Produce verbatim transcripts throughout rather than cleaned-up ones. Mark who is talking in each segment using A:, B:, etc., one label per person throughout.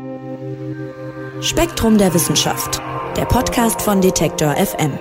A: Spektrum der Wissenschaft, der Podcast von Detektor F M.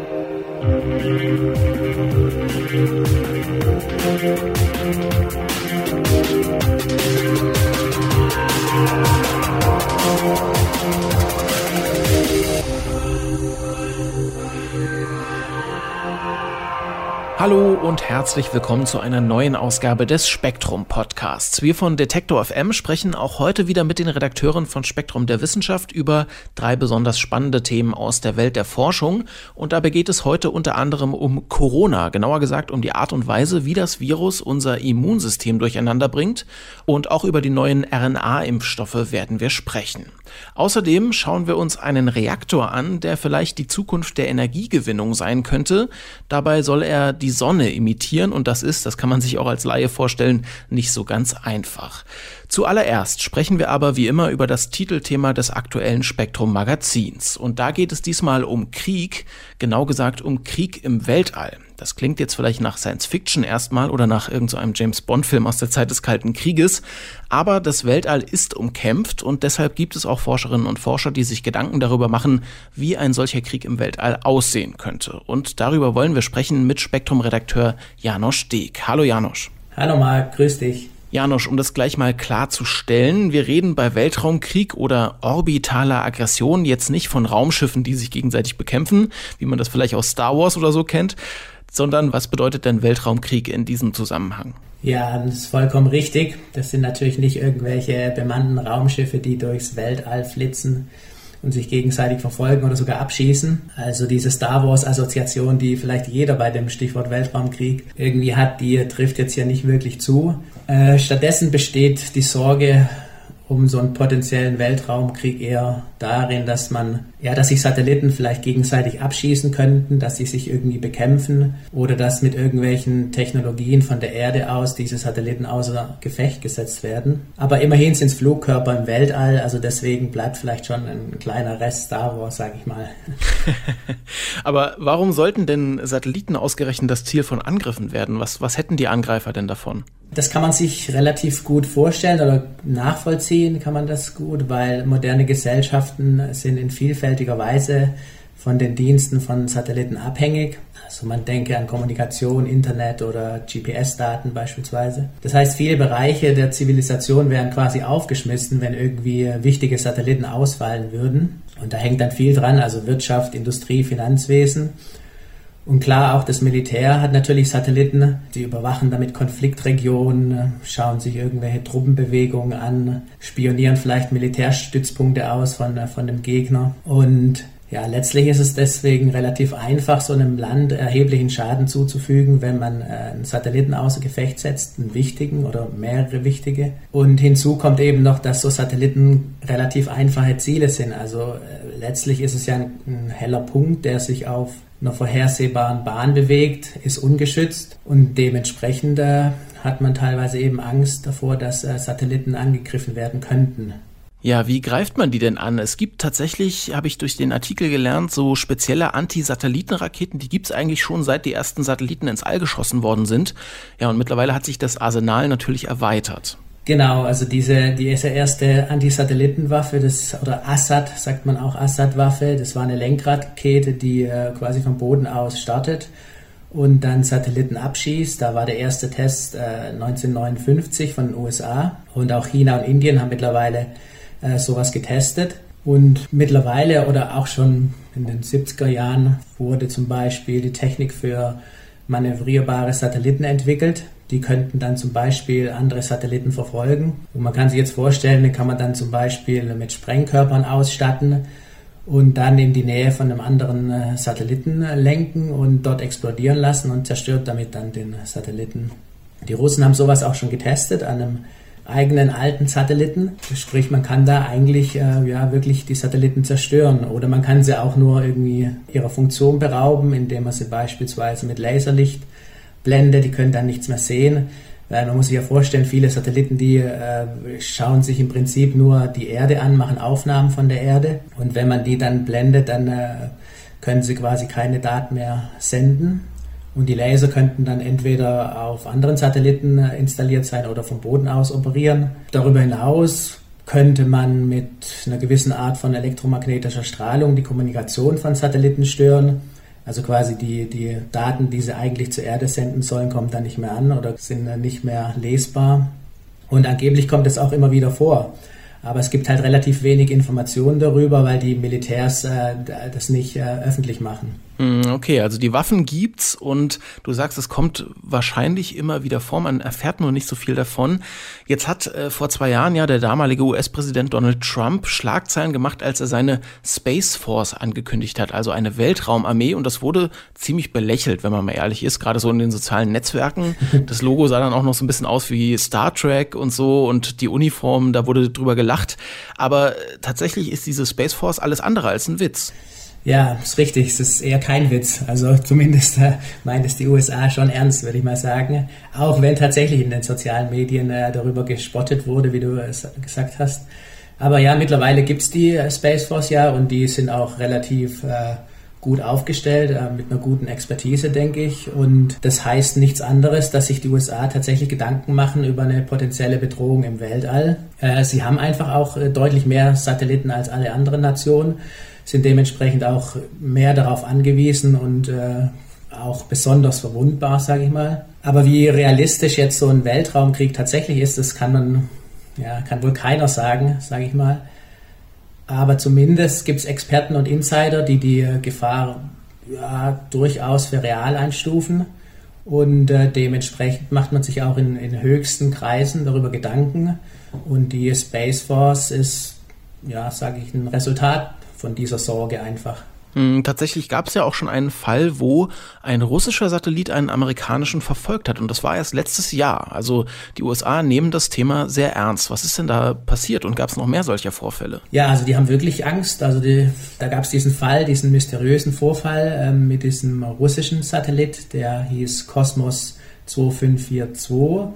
B: Hallo und herzlich willkommen zu einer neuen Ausgabe des Spektrum Podcasts. Wir von Detektor F M sprechen auch heute wieder mit den Redakteuren von Spektrum der Wissenschaft über drei besonders spannende Themen aus der Welt der Forschung. Und dabei geht es heute unter anderem um Corona, genauer gesagt um die Art und Weise, wie das Virus unser Immunsystem durcheinander bringt. Und auch über die neuen R N A-Impfstoffe werden wir sprechen. Außerdem schauen wir uns einen Reaktor an, der vielleicht die Zukunft der Energiegewinnung sein könnte. Dabei soll er die Sonne imitieren und das ist, das kann man sich auch als Laie vorstellen, nicht so ganz einfach. Zuallererst sprechen wir aber wie immer über das Titelthema des aktuellen Spektrum-Magazins. Und da geht es diesmal um Krieg, genau gesagt um Krieg im Weltall. Das klingt jetzt vielleicht nach Science-Fiction erstmal oder nach irgendeinem so James-Bond-Film aus der Zeit des Kalten Krieges. Aber das Weltall ist umkämpft und deshalb gibt es auch Forscherinnen und Forscher, die sich Gedanken darüber machen, wie ein solcher Krieg im Weltall aussehen könnte. Und darüber wollen wir sprechen mit Spektrum-Redakteur Janosch Steg. Hallo Janosch.
C: Hallo Marc, grüß dich.
B: Janosch, um das gleich mal klarzustellen, wir reden bei Weltraumkrieg oder orbitaler Aggression jetzt nicht von Raumschiffen, die sich gegenseitig bekämpfen, wie man das vielleicht aus Star Wars oder so kennt, sondern was bedeutet denn Weltraumkrieg in diesem Zusammenhang?
C: Ja, das ist vollkommen richtig. Das sind natürlich nicht irgendwelche bemannten Raumschiffe, die durchs Weltall flitzen und sich gegenseitig verfolgen oder sogar abschießen. Also diese Star Wars-Assoziation, die vielleicht jeder bei dem Stichwort Weltraumkrieg irgendwie hat, die trifft jetzt hier nicht wirklich zu. Äh, stattdessen besteht die Sorge um so einen potenziellen Weltraumkrieg eher darin, dass man, ja, dass sich Satelliten vielleicht gegenseitig abschießen könnten, dass sie sich irgendwie bekämpfen oder dass mit irgendwelchen Technologien von der Erde aus diese Satelliten außer Gefecht gesetzt werden. Aber immerhin sind es Flugkörper im Weltall, also deswegen bleibt vielleicht schon ein kleiner Rest Star Wars, sag ich mal.
B: Aber warum sollten denn Satelliten ausgerechnet das Ziel von Angriffen werden? Was, was hätten die Angreifer denn davon?
C: Das kann man sich relativ gut vorstellen oder nachvollziehen kann man das gut, weil moderne Gesellschaften sind in vielfältiger Weise von den Diensten von Satelliten abhängig. Also man denke an Kommunikation, Internet oder G P S-Daten beispielsweise. Das heißt, viele Bereiche der Zivilisation wären quasi aufgeschmissen, wenn irgendwie wichtige Satelliten ausfallen würden. Und da hängt dann viel dran, also Wirtschaft, Industrie, Finanzwesen. Und klar, auch das Militär hat natürlich Satelliten, die überwachen damit Konfliktregionen, schauen sich irgendwelche Truppenbewegungen an, spionieren vielleicht Militärstützpunkte aus von, von dem Gegner. Und ja, letztlich ist es deswegen relativ einfach, so einem Land erheblichen Schaden zuzufügen, wenn man einen Satelliten außer Gefecht setzt, einen wichtigen oder mehrere wichtige. Und hinzu kommt eben noch, dass so Satelliten relativ einfache Ziele sind. Also äh, letztlich ist es ja ein, ein heller Punkt, der sich auf einer vorhersehbaren Bahn bewegt, ist ungeschützt und dementsprechend äh, hat man teilweise eben Angst davor, dass äh, Satelliten angegriffen werden könnten.
B: Ja, wie greift man die denn an? Es gibt tatsächlich, habe ich durch den Artikel gelernt, so spezielle Anti-Satelliten-Raketen, die gibt es eigentlich schon seit die ersten Satelliten ins All geschossen worden sind. Ja, und mittlerweile hat sich das Arsenal natürlich erweitert.
C: Genau, also diese, diese erste Anti-Satelliten-Waffe, das, oder Assad, sagt man auch Assad-Waffe, das war eine Lenkradrakete, die äh, quasi vom Boden aus startet und dann Satelliten abschießt. Da war der erste Test äh, neunzehnhundertneunundfünfzig von den U S A und auch China und Indien haben mittlerweile äh, sowas getestet. Und mittlerweile oder auch schon in den siebziger Jahren wurde zum Beispiel die Technik für manövrierbare Satelliten entwickelt. Die könnten dann zum Beispiel andere Satelliten verfolgen. Und man kann sich jetzt vorstellen, den kann man dann zum Beispiel mit Sprengkörpern ausstatten und dann in die Nähe von einem anderen Satelliten lenken und dort explodieren lassen und zerstört damit dann den Satelliten. Die Russen haben sowas auch schon getestet an einem eigenen alten Satelliten. Sprich, man kann da eigentlich äh, ja wirklich die Satelliten zerstören oder man kann sie auch nur irgendwie ihrer Funktion berauben, indem man sie beispielsweise mit Laserlicht blendet. Die können dann nichts mehr sehen. Weil man muss sich ja vorstellen, viele Satelliten, die äh, schauen sich im Prinzip nur die Erde an, machen Aufnahmen von der Erde und wenn man die dann blendet, dann äh, können sie quasi keine Daten mehr senden. Und die Laser könnten dann entweder auf anderen Satelliten installiert sein oder vom Boden aus operieren. Darüber hinaus könnte man mit einer gewissen Art von elektromagnetischer Strahlung die Kommunikation von Satelliten stören. Also quasi die, die Daten, die sie eigentlich zur Erde senden sollen, kommen dann nicht mehr an oder sind dann nicht mehr lesbar. Und angeblich kommt es auch immer wieder vor. Aber es gibt halt relativ wenig Informationen darüber, weil die Militärs äh, das nicht äh, öffentlich machen.
B: Okay, also die Waffen gibt's und du sagst, es kommt wahrscheinlich immer wieder vor, man erfährt nur nicht so viel davon. Jetzt hat äh, vor zwei Jahren ja der damalige U S-Präsident Donald Trump Schlagzeilen gemacht, als er seine Space Force angekündigt hat, also eine Weltraumarmee, und das wurde ziemlich belächelt, wenn man mal ehrlich ist, gerade so in den sozialen Netzwerken. Das Logo sah dann auch noch so ein bisschen aus wie Star Trek und so und die Uniform, da wurde drüber gelacht. Aber äh, tatsächlich ist diese Space Force alles andere als ein Witz.
C: Ja, ist richtig. Es ist eher kein Witz. Also zumindest äh, meint es die U S A schon ernst, würde ich mal sagen. Auch wenn tatsächlich in den sozialen Medien äh, darüber gespottet wurde, wie du es gesagt hast. Aber ja, mittlerweile gibt's die äh, Space Force ja und die sind auch relativ äh, gut aufgestellt, äh, mit einer guten Expertise, denke ich. Und das heißt nichts anderes, dass sich die U S A tatsächlich Gedanken machen über eine potenzielle Bedrohung im Weltall. Äh, sie haben einfach auch äh, deutlich mehr Satelliten als alle anderen Nationen, sind dementsprechend auch mehr darauf angewiesen und äh, auch besonders verwundbar, sage ich mal. Aber wie realistisch jetzt so ein Weltraumkrieg tatsächlich ist, das kann man, ja, kann wohl keiner sagen, sage ich mal. Aber zumindest gibt es Experten und Insider, die die Gefahr ja, durchaus für real einstufen. Und äh, dementsprechend macht man sich auch in, in höchsten Kreisen darüber Gedanken. Und die Space Force ist, ja, sage ich, ein Resultat von dieser Sorge einfach.
B: Tatsächlich gab es ja auch schon einen Fall, wo ein russischer Satellit einen amerikanischen verfolgt hat. Und das war erst letztes Jahr. Also die U S A nehmen das Thema sehr ernst. Was ist denn da passiert und gab es noch mehr solcher Vorfälle?
C: Ja, also die haben wirklich Angst. Also die, da gab es diesen Fall, diesen mysteriösen Vorfall ähm, mit diesem russischen Satellit, der hieß Kosmos zwei fünf vier zwei.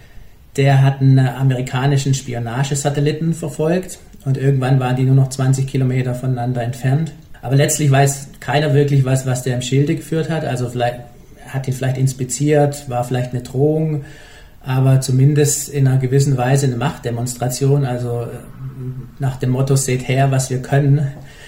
C: Der hat einen amerikanischen Spionagesatelliten verfolgt und irgendwann waren die nur noch zwanzig Kilometer voneinander entfernt. Aber letztlich weiß keiner wirklich, was, was der im Schilde geführt hat. Also vielleicht hat ihn vielleicht inspiziert, war vielleicht eine Drohung, aber zumindest in einer gewissen Weise eine Machtdemonstration. Also nach dem Motto, seht her, was wir können.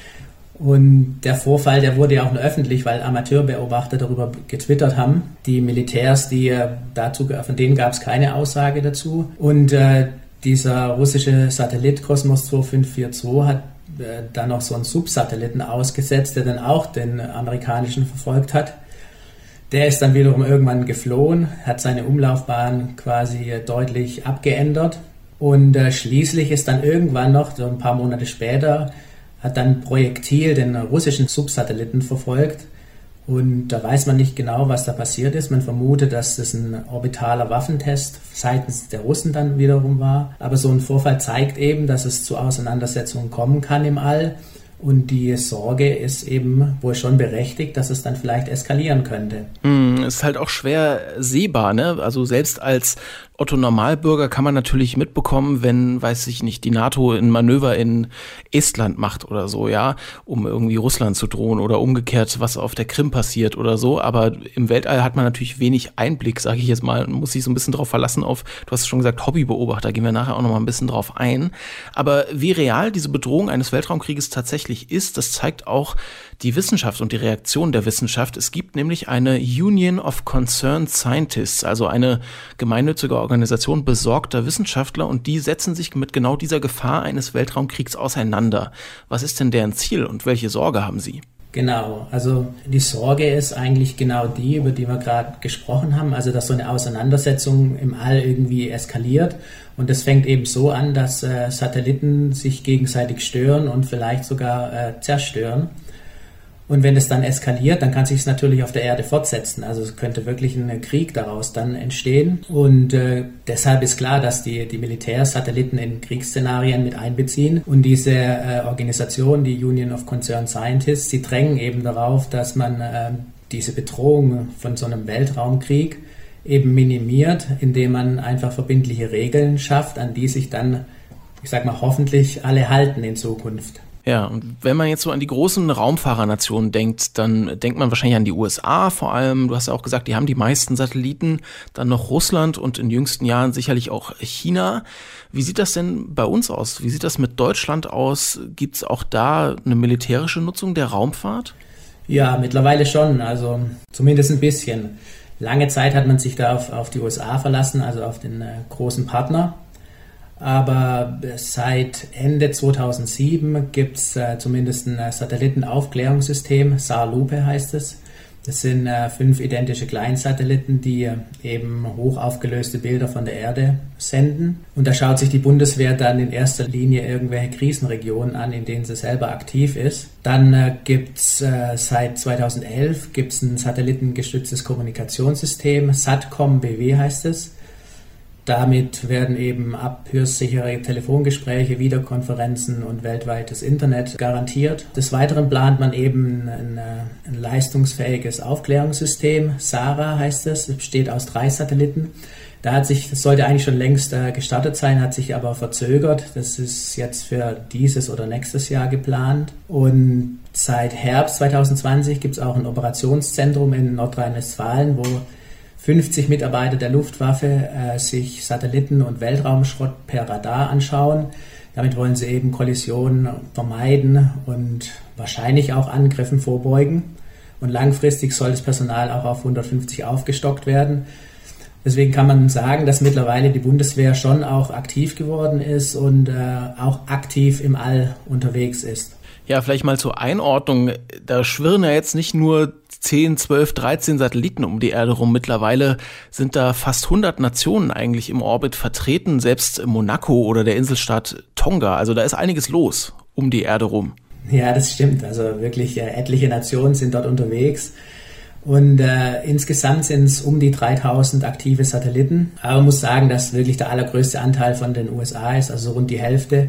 C: Und der Vorfall, der wurde ja auch nur öffentlich, weil Amateurbeobachter darüber getwittert haben. Die Militärs, die dazu, von denen gab es keine Aussage dazu. Und äh, dieser russische Satellit Kosmos zwei fünf vier zwei hat äh, dann noch so einen Subsatelliten ausgesetzt, der dann auch den amerikanischen verfolgt hat. Der ist dann wiederum irgendwann geflohen, hat seine Umlaufbahn quasi deutlich abgeändert. Und äh, schließlich ist dann irgendwann noch, so ein paar Monate später, hat dann ein Projektil den russischen Subsatelliten verfolgt. Und da weiß man nicht genau, was da passiert ist. Man vermutet, dass das ein orbitaler Waffentest seitens der Russen dann wiederum war. Aber so ein Vorfall zeigt eben, dass es zu Auseinandersetzungen kommen kann im All. Und die Sorge ist eben wohl schon berechtigt, dass es dann vielleicht eskalieren könnte.
B: Mm, ist halt auch schwer sehbar, ne? Also selbst als Otto-Normalbürger kann man natürlich mitbekommen, wenn, weiß ich nicht, die NATO ein Manöver in Estland macht oder so, ja, um irgendwie Russland zu drohen oder umgekehrt, was auf der Krim passiert oder so. Aber im Weltall hat man natürlich wenig Einblick, sage ich jetzt mal, muss sich so ein bisschen drauf verlassen auf, du hast schon gesagt, Hobbybeobachter, gehen wir nachher auch noch mal ein bisschen drauf ein. Aber wie real diese Bedrohung eines Weltraumkrieges tatsächlich ist, das zeigt auch die Wissenschaft und die Reaktion der Wissenschaft. Es gibt nämlich eine Union of Concerned Scientists, also eine gemeinnützige Organisation besorgter Wissenschaftler, und die setzen sich mit genau dieser Gefahr eines Weltraumkriegs auseinander. Was ist denn deren Ziel und welche Sorge haben sie?
C: Genau, also die Sorge ist eigentlich genau die, über die wir gerade gesprochen haben, also dass so eine Auseinandersetzung im All irgendwie eskaliert, und das fängt eben so an, dass äh, Satelliten sich gegenseitig stören und vielleicht sogar äh, zerstören. Und wenn es dann eskaliert, dann kann sich es natürlich auf der Erde fortsetzen. Also es könnte wirklich ein Krieg daraus dann entstehen. Und äh, deshalb ist klar, dass die, die Militärs Satelliten in Kriegsszenarien mit einbeziehen. Und diese äh, Organisation, die Union of Concerned Scientists, sie drängen eben darauf, dass man äh, diese Bedrohung von so einem Weltraumkrieg eben minimiert, indem man einfach verbindliche Regeln schafft, an die sich dann, ich sag mal, hoffentlich alle halten in Zukunft.
B: Ja, und wenn man jetzt so an die großen Raumfahrernationen denkt, dann denkt man wahrscheinlich an die U S A vor allem. Du hast ja auch gesagt, die haben die meisten Satelliten, dann noch Russland und in den jüngsten Jahren sicherlich auch China. Wie sieht das denn bei uns aus? Wie sieht das mit Deutschland aus? Gibt es auch da eine militärische Nutzung der Raumfahrt?
C: Ja, mittlerweile schon, also zumindest ein bisschen. Lange Zeit hat man sich da auf, auf die U S A verlassen, also auf den äh, großen Partner. Aber seit Ende zweitausendsieben gibt es äh, zumindest ein Satellitenaufklärungssystem, S A R Lupe heißt es. Das sind äh, fünf identische Kleinsatelliten, die äh, eben hochaufgelöste Bilder von der Erde senden. Und da schaut sich die Bundeswehr dann in erster Linie irgendwelche Krisenregionen an, in denen sie selber aktiv ist. Dann äh, gibt es äh, seit zweitausendelf gibt's ein satellitengestütztes Kommunikationssystem, SATCOM B W heißt es. Damit werden eben abhörsichere Telefongespräche, Videokonferenzen und weltweites Internet garantiert. Des Weiteren plant man eben ein, ein leistungsfähiges Aufklärungssystem. SARA heißt es, es besteht aus drei Satelliten. Da hat sich, das sollte eigentlich schon längst äh, gestartet sein, hat sich aber verzögert. Das ist jetzt für dieses oder nächstes Jahr geplant. Und seit Herbst zweitausendzwanzig gibt es auch ein Operationszentrum in Nordrhein-Westfalen, wo fünfzig Mitarbeiter der Luftwaffe äh, sich Satelliten- und Weltraumschrott per Radar anschauen. Damit wollen sie eben Kollisionen vermeiden und wahrscheinlich auch Angriffen vorbeugen. Und langfristig soll das Personal auch auf hundertfünfzig aufgestockt werden. Deswegen kann man sagen, dass mittlerweile die Bundeswehr schon auch aktiv geworden ist und äh, auch aktiv im All unterwegs ist.
B: Ja, vielleicht mal zur Einordnung. Da schwirren ja jetzt nicht nur zehn, zwölf, dreizehn Satelliten um die Erde rum. Mittlerweile sind da fast hundert Nationen eigentlich im Orbit vertreten, selbst Monaco oder der Inselstaat Tonga. Also da ist einiges los um die Erde rum.
C: Ja, das stimmt. Also wirklich äh, etliche Nationen sind dort unterwegs. Und äh, insgesamt sind es um die dreitausend aktive Satelliten. Aber man muss sagen, dass wirklich der allergrößte Anteil von den U S A ist, also rund die Hälfte.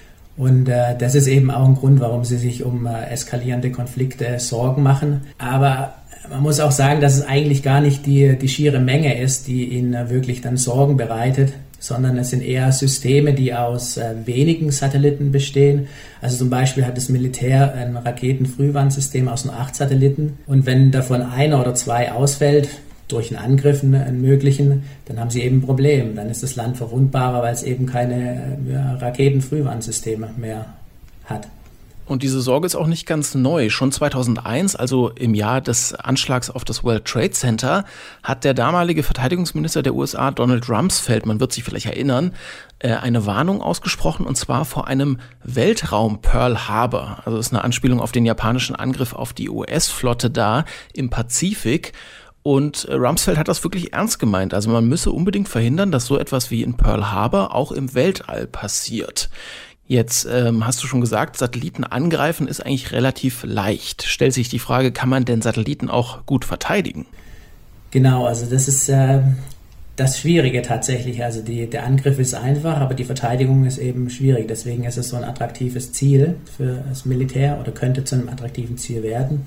C: Und äh, das ist eben auch ein Grund, warum sie sich um äh, eskalierende Konflikte Sorgen machen. Aber man muss auch sagen, dass es eigentlich gar nicht die, die schiere Menge ist, die ihnen äh, wirklich dann Sorgen bereitet, sondern es sind eher Systeme, die aus äh, wenigen Satelliten bestehen. Also zum Beispiel hat das Militär ein Raketenfrühwarnsystem aus nur acht Satelliten. Und wenn davon einer oder zwei ausfällt, durch einen Angriff, einen möglichen, dann haben sie eben ein Problem. Dann ist das Land verwundbarer, weil es eben keine ja, Raketenfrühwarnsysteme mehr hat.
B: Und diese Sorge ist auch nicht ganz neu. Schon zweitausendeins, also im Jahr des Anschlags auf das World Trade Center, hat der damalige Verteidigungsminister der U S A, Donald Rumsfeld, man wird sich vielleicht erinnern, eine Warnung ausgesprochen, und zwar vor einem Weltraum Pearl Harbor. Also das ist eine Anspielung auf den japanischen Angriff auf die U S-Flotte da im Pazifik. Und Rumsfeld hat das wirklich ernst gemeint. Also man müsse unbedingt verhindern, dass so etwas wie in Pearl Harbor auch im Weltall passiert. Jetzt ähm, hast du schon gesagt, Satelliten angreifen ist eigentlich relativ leicht. Stellt sich die Frage, kann man denn Satelliten auch gut verteidigen?
C: Genau, also das ist äh, das Schwierige tatsächlich. Also die, der Angriff ist einfach, aber die Verteidigung ist eben schwierig. Deswegen ist es so ein attraktives Ziel für das Militär oder könnte zu einem attraktiven Ziel werden.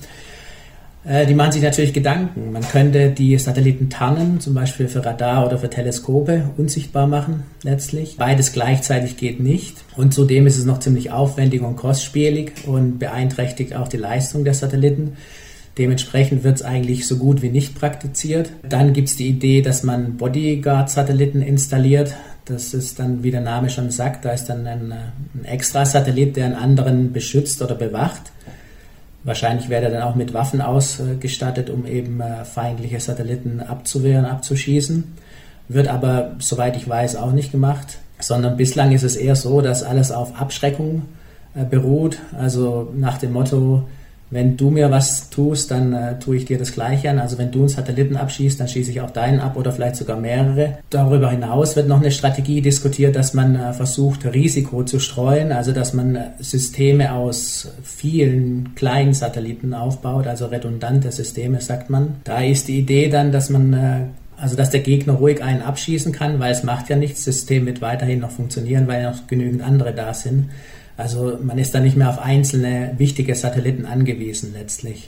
C: Die machen sich natürlich Gedanken. Man könnte die Satelliten tarnen, zum Beispiel für Radar oder für Teleskope, unsichtbar machen letztlich. Beides gleichzeitig geht nicht. Und zudem ist es noch ziemlich aufwendig und kostspielig und beeinträchtigt auch die Leistung der Satelliten. Dementsprechend wird es eigentlich so gut wie nicht praktiziert. Dann gibt es die Idee, dass man Bodyguard-Satelliten installiert. Das ist dann, wie der Name schon sagt, da ist dann ein, ein extra Satellit, der einen anderen beschützt oder bewacht. Wahrscheinlich wäre er dann auch mit Waffen ausgestattet, um eben feindliche Satelliten abzuwehren, abzuschießen. Wird aber, soweit ich weiß, auch nicht gemacht, sondern bislang ist es eher so, dass alles auf Abschreckung beruht. Also nach dem Motto, wenn du mir was tust, dann äh, tue ich dir das Gleiche an. Also wenn du einen Satelliten abschießt, dann schieße ich auch deinen ab oder vielleicht sogar mehrere. Darüber hinaus wird noch eine Strategie diskutiert, dass man äh, versucht, Risiko zu streuen. Also dass man äh, Systeme aus vielen kleinen Satelliten aufbaut, also redundante Systeme, sagt man. Da ist die Idee dann, dass man... Äh, Also dass der Gegner ruhig einen abschießen kann, weil es macht ja nichts. Das System wird weiterhin noch funktionieren, weil ja noch genügend andere da sind. Also man ist da nicht mehr auf einzelne wichtige Satelliten angewiesen letztlich.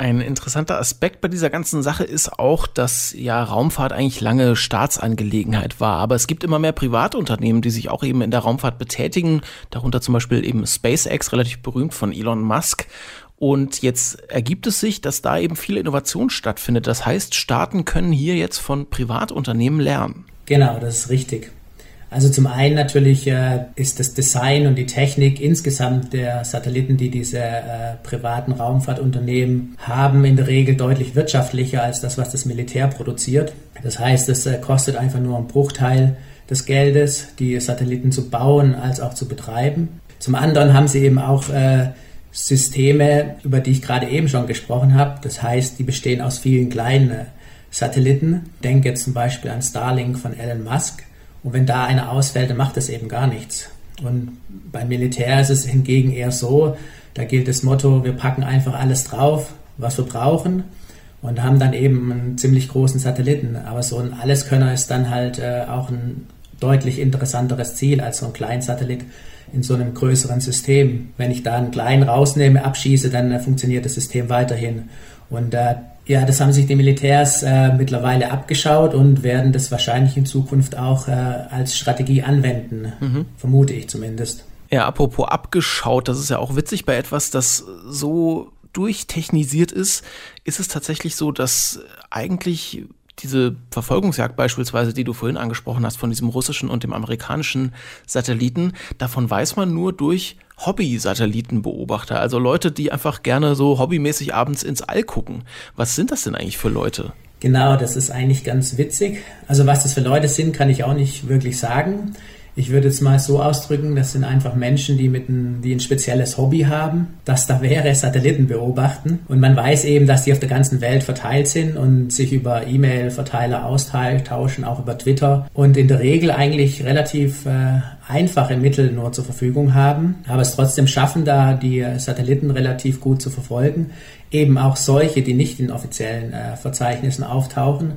B: Ein interessanter Aspekt bei dieser ganzen Sache ist auch, dass ja Raumfahrt eigentlich lange Staatsangelegenheit war. Aber es gibt immer mehr Privatunternehmen, die sich auch eben in der Raumfahrt betätigen. Darunter zum Beispiel eben SpaceX, relativ berühmt von Elon Musk. Und jetzt ergibt es sich, dass da eben viel Innovation stattfindet. Das heißt, Staaten können hier jetzt von Privatunternehmen lernen.
C: Genau, das ist richtig. Also zum einen natürlich äh, ist das Design und die Technik insgesamt der Satelliten, die diese äh, privaten Raumfahrtunternehmen haben, in der Regel deutlich wirtschaftlicher als das, was das Militär produziert. Das heißt, es äh, kostet einfach nur einen Bruchteil des Geldes, die Satelliten zu bauen als auch zu betreiben. Zum anderen haben sie eben auch äh, Systeme, über die ich gerade eben schon gesprochen habe. Das heißt, die bestehen aus vielen kleinen äh, Satelliten. Denke jetzt zum Beispiel an Starlink von Elon Musk. Und wenn da einer ausfällt, dann macht das eben gar nichts. Und beim Militär ist es hingegen eher so, da gilt das Motto, wir packen einfach alles drauf, was wir brauchen und haben dann eben einen ziemlich großen Satelliten. Aber so ein Alleskönner ist dann halt äh, auch ein deutlich interessanteres Ziel als so ein Kleinsatellit in so einem größeren System. Wenn ich da einen kleinen rausnehme, abschieße, dann äh, funktioniert das System weiterhin. Und äh, ja, das haben sich die Militärs äh, mittlerweile abgeschaut und werden das wahrscheinlich in Zukunft auch äh, als Strategie anwenden, mhm. vermute ich zumindest.
B: Ja, apropos abgeschaut, das ist ja auch witzig bei etwas, das so durchtechnisiert ist, ist es tatsächlich so, dass eigentlich diese Verfolgungsjagd beispielsweise, die du vorhin angesprochen hast, von diesem russischen und dem amerikanischen Satelliten, davon weiß man nur durch Hobby-Satellitenbeobachter, also Leute, die einfach gerne so hobbymäßig abends ins All gucken. Was sind das denn eigentlich für Leute?
C: Genau, das ist eigentlich ganz witzig. Also was das für Leute sind, kann ich auch nicht wirklich sagen. Ich würde jetzt mal so ausdrücken, das sind einfach Menschen, die mit ein, die ein spezielles Hobby haben, das da wäre Satelliten beobachten. Und man weiß eben, dass die auf der ganzen Welt verteilt sind und sich über E-Mail-Verteiler austauschen, auch über Twitter. Und in der Regel eigentlich relativ äh, einfache Mittel nur zur Verfügung haben, aber es trotzdem schaffen, da die Satelliten relativ gut zu verfolgen. Eben auch solche, die nicht in offiziellen äh, Verzeichnissen auftauchen.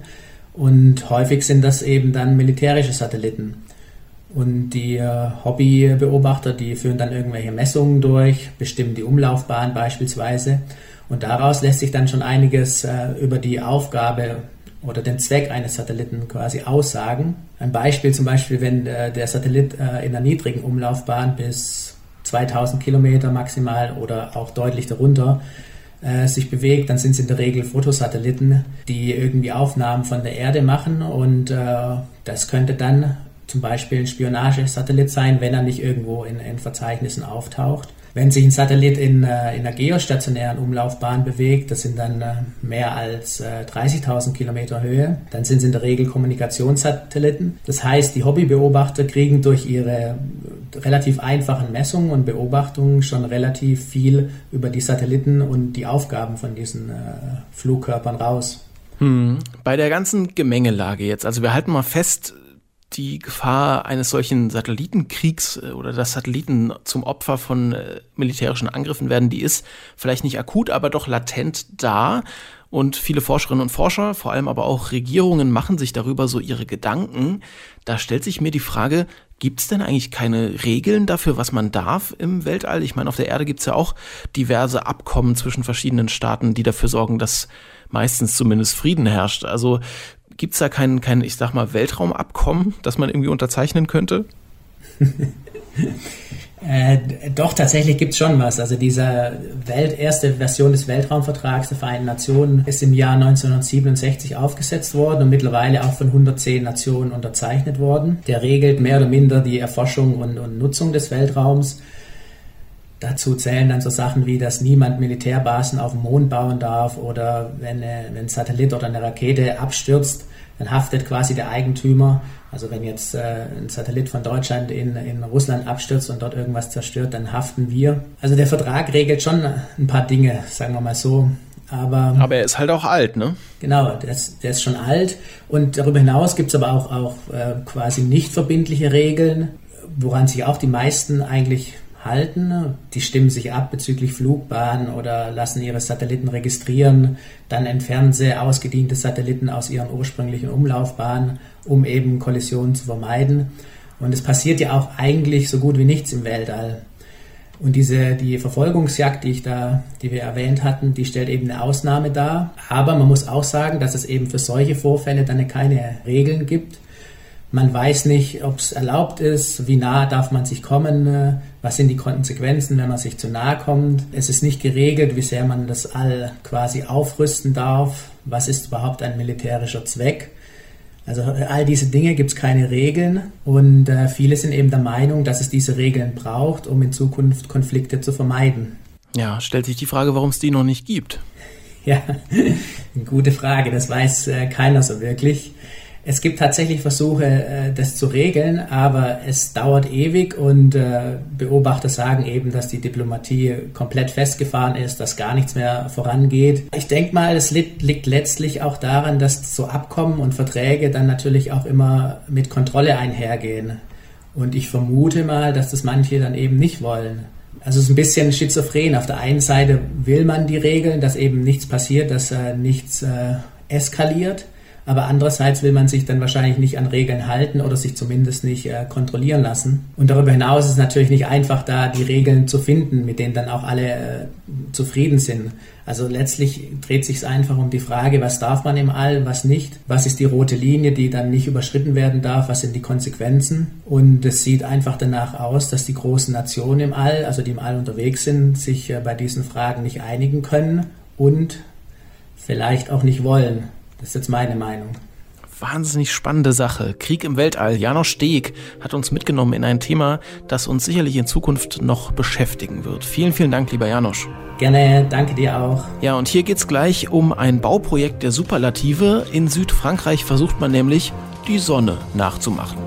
C: Und häufig sind das eben dann militärische Satelliten. Und die äh, Hobbybeobachter, die führen dann irgendwelche Messungen durch, bestimmen die Umlaufbahn beispielsweise. Und daraus lässt sich dann schon einiges äh, über die Aufgabe oder den Zweck eines Satelliten quasi aussagen. Ein Beispiel zum Beispiel, wenn äh, der Satellit äh, in einer niedrigen Umlaufbahn bis zweitausend Kilometer maximal oder auch deutlich darunter äh, sich bewegt, dann sind es in der Regel Fotosatelliten, die irgendwie Aufnahmen von der Erde machen. Und äh, das könnte dann zum Beispiel ein Spionagesatellit sein, wenn er nicht irgendwo in, in Verzeichnissen auftaucht. Wenn sich ein Satellit in, in einer geostationären Umlaufbahn bewegt, das sind dann mehr als dreißigtausend Kilometer Höhe, dann sind es in der Regel Kommunikationssatelliten. Das heißt, die Hobbybeobachter kriegen durch ihre relativ einfachen Messungen und Beobachtungen schon relativ viel über die Satelliten und die Aufgaben von diesen äh, Flugkörpern raus.
B: Hm. Bei der ganzen Gemengelage jetzt, also wir halten mal fest, die Gefahr eines solchen Satellitenkriegs oder dass Satelliten zum Opfer von äh, militärischen Angriffen werden, die ist vielleicht nicht akut, aber doch latent da. Und viele Forscherinnen und Forscher, vor allem aber auch Regierungen, machen sich darüber so ihre Gedanken. Da stellt sich mir die Frage, gibt es denn eigentlich keine Regeln dafür, was man darf im Weltall? Ich meine, auf der Erde gibt es ja auch diverse Abkommen zwischen verschiedenen Staaten, die dafür sorgen, dass meistens zumindest Frieden herrscht. Also gibt es da kein, kein, ich sag mal, Weltraumabkommen, das man irgendwie unterzeichnen könnte?
C: äh, doch, tatsächlich gibt es schon was. Also diese Welt, erste Version des Weltraumvertrags der Vereinten Nationen ist im Jahr neunzehnhundertsiebenundsechzig aufgesetzt worden und mittlerweile auch von hundertzehn Nationen unterzeichnet worden. Der regelt mehr oder minder die Erforschung und, und Nutzung des Weltraums. Dazu zählen dann so Sachen wie, dass niemand Militärbasen auf dem Mond bauen darf oder wenn, eine, wenn ein Satellit oder eine Rakete abstürzt, dann haftet quasi der Eigentümer. Also wenn jetzt äh, ein Satellit von Deutschland in, in Russland abstürzt und dort irgendwas zerstört, dann haften wir. Also der Vertrag regelt schon ein paar Dinge, sagen wir mal so. Aber,
B: aber er ist halt auch alt, ne?
C: Genau, der ist, der ist schon alt. Und darüber hinaus gibt es aber auch, auch äh, quasi nicht verbindliche Regeln, woran sich auch die meisten eigentlich halten. Die stimmen sich ab bezüglich Flugbahnen oder lassen ihre Satelliten registrieren. Dann entfernen sie ausgediente Satelliten aus ihren ursprünglichen Umlaufbahnen, um eben Kollisionen zu vermeiden. Und es passiert ja auch eigentlich so gut wie nichts im Weltall. Und diese, die Verfolgungsjagd, die ich da, die wir erwähnt hatten, die stellt eben eine Ausnahme dar. Aber man muss auch sagen, dass es eben für solche Vorfälle dann keine Regeln gibt. Man weiß nicht, ob es erlaubt ist, wie nah darf man sich kommen, was sind die Konsequenzen, wenn man sich zu nahe kommt. Es ist nicht geregelt, wie sehr man das All quasi aufrüsten darf, was ist überhaupt ein militärischer Zweck. Also all diese Dinge gibt es keine Regeln und äh, viele sind eben der Meinung, dass es diese Regeln braucht, um in Zukunft Konflikte zu vermeiden.
B: Ja, stellt sich die Frage, warum es die noch nicht gibt.
C: Ja, eine gute Frage, das weiß äh, keiner so wirklich. Es gibt tatsächlich Versuche, äh, das zu regeln, aber es dauert ewig und äh, Beobachter sagen eben, dass die Diplomatie komplett festgefahren ist, dass gar nichts mehr vorangeht. Ich denke mal, es liegt, liegt letztlich auch daran, dass so Abkommen und Verträge dann natürlich auch immer mit Kontrolle einhergehen. Und ich vermute mal, dass das manche dann eben nicht wollen. Also es ist ein bisschen schizophren. Auf der einen Seite will man die Regeln, dass eben nichts passiert, dass äh, nichts äh, eskaliert. Aber andererseits will man sich dann wahrscheinlich nicht an Regeln halten oder sich zumindest nicht äh, kontrollieren lassen. Und darüber hinaus ist es natürlich nicht einfach, da die Regeln zu finden, mit denen dann auch alle äh, zufrieden sind. Also letztlich dreht sich es einfach um die Frage, was darf man im All, was nicht? Was ist die rote Linie, die dann nicht überschritten werden darf? Was sind die Konsequenzen? Und es sieht einfach danach aus, dass die großen Nationen im All, also die im All unterwegs sind, sich äh, bei diesen Fragen nicht einigen können und vielleicht auch nicht wollen. Das ist jetzt meine Meinung.
B: Wahnsinnig spannende Sache. Krieg im Weltall. Janosch Steg hat uns mitgenommen in ein Thema, das uns sicherlich in Zukunft noch beschäftigen wird. Vielen, vielen Dank, lieber Janosch.
C: Gerne, danke dir auch.
B: Ja, und hier geht's gleich um ein Bauprojekt der Superlative. In Südfrankreich versucht man nämlich, die Sonne nachzumachen.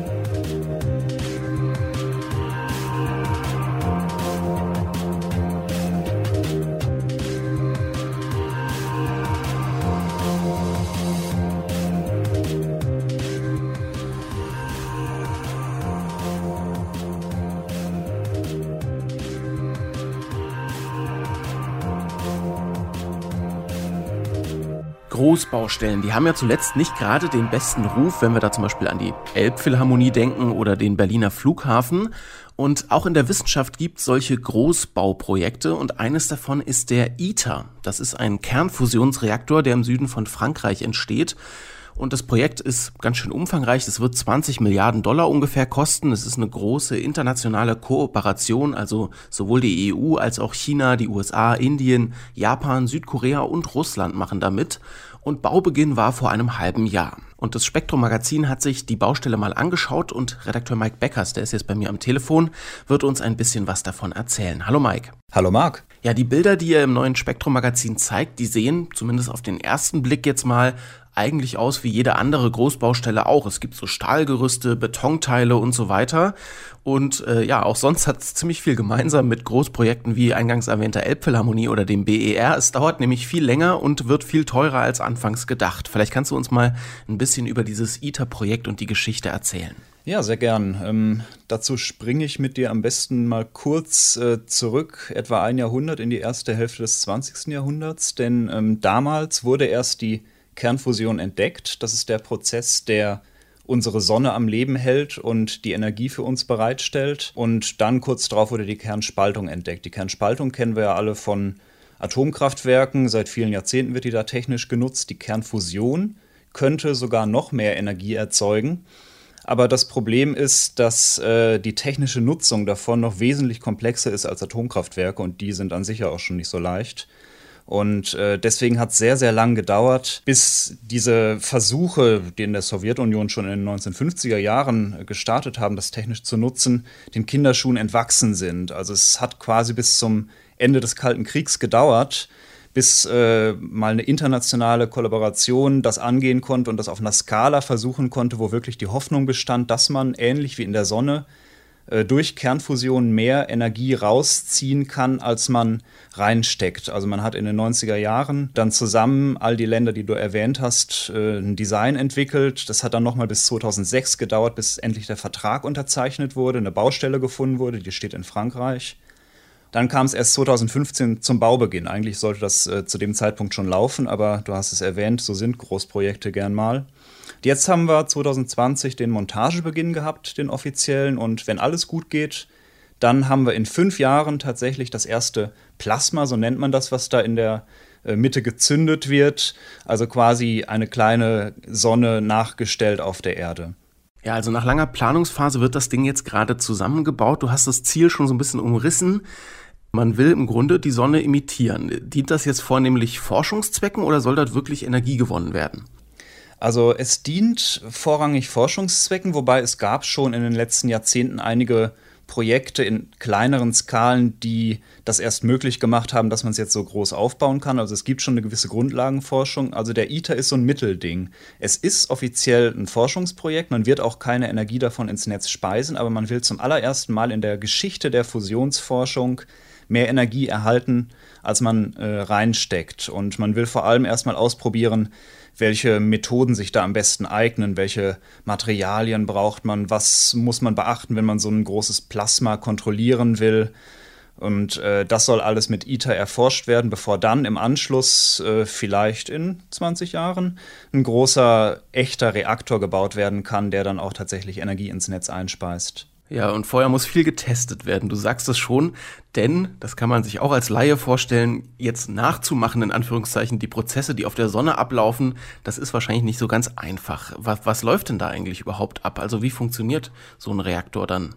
B: Großbaustellen, die haben ja zuletzt nicht gerade den besten Ruf, wenn wir da zum Beispiel an die Elbphilharmonie denken oder den Berliner Flughafen. Und auch in der Wissenschaft gibt es solche Großbauprojekte und eines davon ist der ITER. Das ist ein Kernfusionsreaktor, der im Süden von Frankreich entsteht. Und das Projekt ist ganz schön umfangreich. Es wird zwanzig Milliarden Dollar ungefähr kosten. Es ist eine große internationale Kooperation, also sowohl die E U als auch China, die U S A, Indien, Japan, Südkorea und Russland machen da mit. Und Baubeginn war vor einem halben Jahr. Und das Spektrum-Magazin hat sich die Baustelle mal angeschaut und Redakteur Mike Beckers, der ist jetzt bei mir am Telefon, wird uns ein bisschen was davon erzählen. Hallo Mike.
D: Hallo Marc.
B: Ja, die Bilder, die ihr im neuen Spektrum-Magazin zeigt, die sehen zumindest auf den ersten Blick jetzt mal eigentlich aus wie jede andere Großbaustelle auch. Es gibt so Stahlgerüste, Betonteile und so weiter. Und äh, ja, auch sonst hat es ziemlich viel gemeinsam mit Großprojekten wie eingangs erwähnter Elbphilharmonie oder dem B E R. Es dauert nämlich viel länger und wird viel teurer als anfangs gedacht. Vielleicht kannst du uns mal ein bisschen über dieses ITER-Projekt und die Geschichte erzählen.
D: Ja, sehr gern. Ähm, dazu springe ich mit dir am besten mal kurz äh, zurück, etwa ein Jahrhundert in die erste Hälfte des zwanzigsten Jahrhunderts. Denn ähm, damals wurde erst die Kernfusion entdeckt. Das ist der Prozess, der unsere Sonne am Leben hält und die Energie für uns bereitstellt. Und dann kurz darauf wurde die Kernspaltung entdeckt. Die Kernspaltung kennen wir ja alle von Atomkraftwerken. Seit vielen Jahrzehnten wird die da technisch genutzt. Die Kernfusion könnte sogar noch mehr Energie erzeugen. Aber das Problem ist, dass äh, die technische Nutzung davon noch wesentlich komplexer ist als Atomkraftwerke und die sind an sich ja auch schon nicht so leicht. Und äh, deswegen hat es sehr, sehr lang gedauert, bis diese Versuche, die in der Sowjetunion schon in den neunzehnhundertfünfziger Jahren gestartet haben, das technisch zu nutzen, den Kinderschuhen entwachsen sind. Also es hat quasi bis zum Ende des Kalten Kriegs gedauert, bis äh, mal eine internationale Kollaboration das angehen konnte und das auf einer Skala versuchen konnte, wo wirklich die Hoffnung bestand, dass man ähnlich wie in der Sonne durch Kernfusion mehr Energie rausziehen kann, als man reinsteckt. Also man hat in den neunziger Jahren dann zusammen all die Länder, die du erwähnt hast, ein Design entwickelt. Das hat dann nochmal bis zweitausendsechs gedauert, bis endlich der Vertrag unterzeichnet wurde, eine Baustelle gefunden wurde, die steht in Frankreich. Dann kam es erst zweitausendfünfzehn zum Baubeginn. Eigentlich sollte das äh, zu dem Zeitpunkt schon laufen, aber du hast es erwähnt, so sind Großprojekte gern mal. Jetzt haben wir zweitausendzwanzig den Montagebeginn gehabt, den offiziellen, und wenn alles gut geht, Dann haben wir in fünf Jahren tatsächlich das erste Plasma, so nennt man das, was da in der Mitte gezündet wird. Also quasi eine kleine Sonne nachgestellt auf der Erde.
E: Ja, also nach langer Planungsphase wird das Ding jetzt gerade zusammengebaut. Du hast das Ziel schon so ein bisschen umrissen. Man will im Grunde die Sonne imitieren. Dient das jetzt vornehmlich Forschungszwecken oder soll dort wirklich Energie gewonnen werden?
D: Also es dient vorrangig Forschungszwecken, wobei es gab schon in den letzten Jahrzehnten einige Projekte in kleineren Skalen, die das erst möglich gemacht haben, dass man es jetzt so groß aufbauen kann. Also es gibt schon eine gewisse Grundlagenforschung. Also der ITER ist so ein Mittelding. Es ist offiziell ein Forschungsprojekt. Man wird auch keine Energie davon ins Netz speisen, aber man will zum allerersten Mal in der Geschichte der Fusionsforschung mehr Energie erhalten, als man äh, reinsteckt. Und man will vor allem erstmal ausprobieren, welche Methoden sich da am besten eignen, welche Materialien braucht man, was muss man beachten, wenn man so ein großes Plasma kontrollieren will. Und äh, das soll alles mit ITER erforscht werden, bevor dann im Anschluss, äh, vielleicht in zwanzig Jahren, ein großer, echter Reaktor gebaut werden kann, der dann auch tatsächlich Energie ins Netz einspeist.
E: Ja, und vorher muss viel getestet werden. Du sagst es schon, denn, das kann man sich auch als Laie vorstellen, jetzt nachzumachen, in Anführungszeichen, die Prozesse, die auf der Sonne ablaufen, das ist wahrscheinlich nicht so ganz einfach. Was, was läuft denn da eigentlich überhaupt ab? Also wie funktioniert so ein Reaktor dann?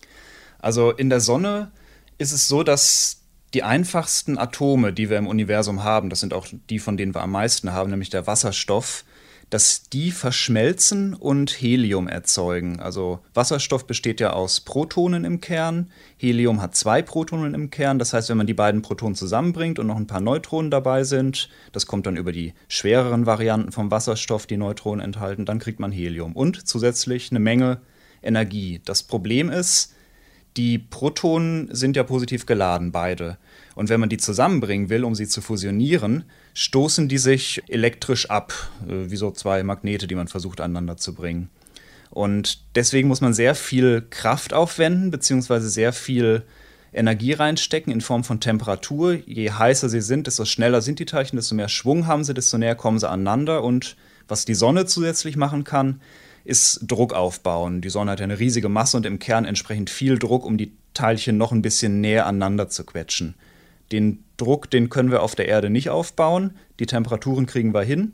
D: Also in der Sonne ist es so, dass die einfachsten Atome, die wir im Universum haben, das sind auch die, von denen wir am meisten haben, nämlich der Wasserstoff, dass die verschmelzen und Helium erzeugen. Also Wasserstoff besteht ja aus Protonen im Kern, Helium hat zwei Protonen im Kern. Das heißt, wenn man die beiden Protonen zusammenbringt und noch ein paar Neutronen dabei sind, das kommt dann über die schwereren Varianten vom Wasserstoff, die Neutronen enthalten, dann kriegt man Helium und zusätzlich eine Menge Energie. Das Problem ist, die Protonen sind ja positiv geladen, beide. Und wenn man die zusammenbringen will, um sie zu fusionieren, stoßen die sich elektrisch ab, wie so zwei Magnete, die man versucht aneinander zu bringen. Und deswegen muss man sehr viel Kraft aufwenden, beziehungsweise sehr viel Energie reinstecken in Form von Temperatur. Je heißer sie sind, desto schneller sind die Teilchen, desto mehr Schwung haben sie, desto näher kommen sie aneinander. Und was die Sonne zusätzlich machen kann, ist Druck aufbauen. Die Sonne hat ja eine riesige Masse und im Kern entsprechend viel Druck, um die Teilchen noch ein bisschen näher aneinander zu quetschen. Den Druck, den können wir auf der Erde nicht aufbauen. Die Temperaturen kriegen wir hin.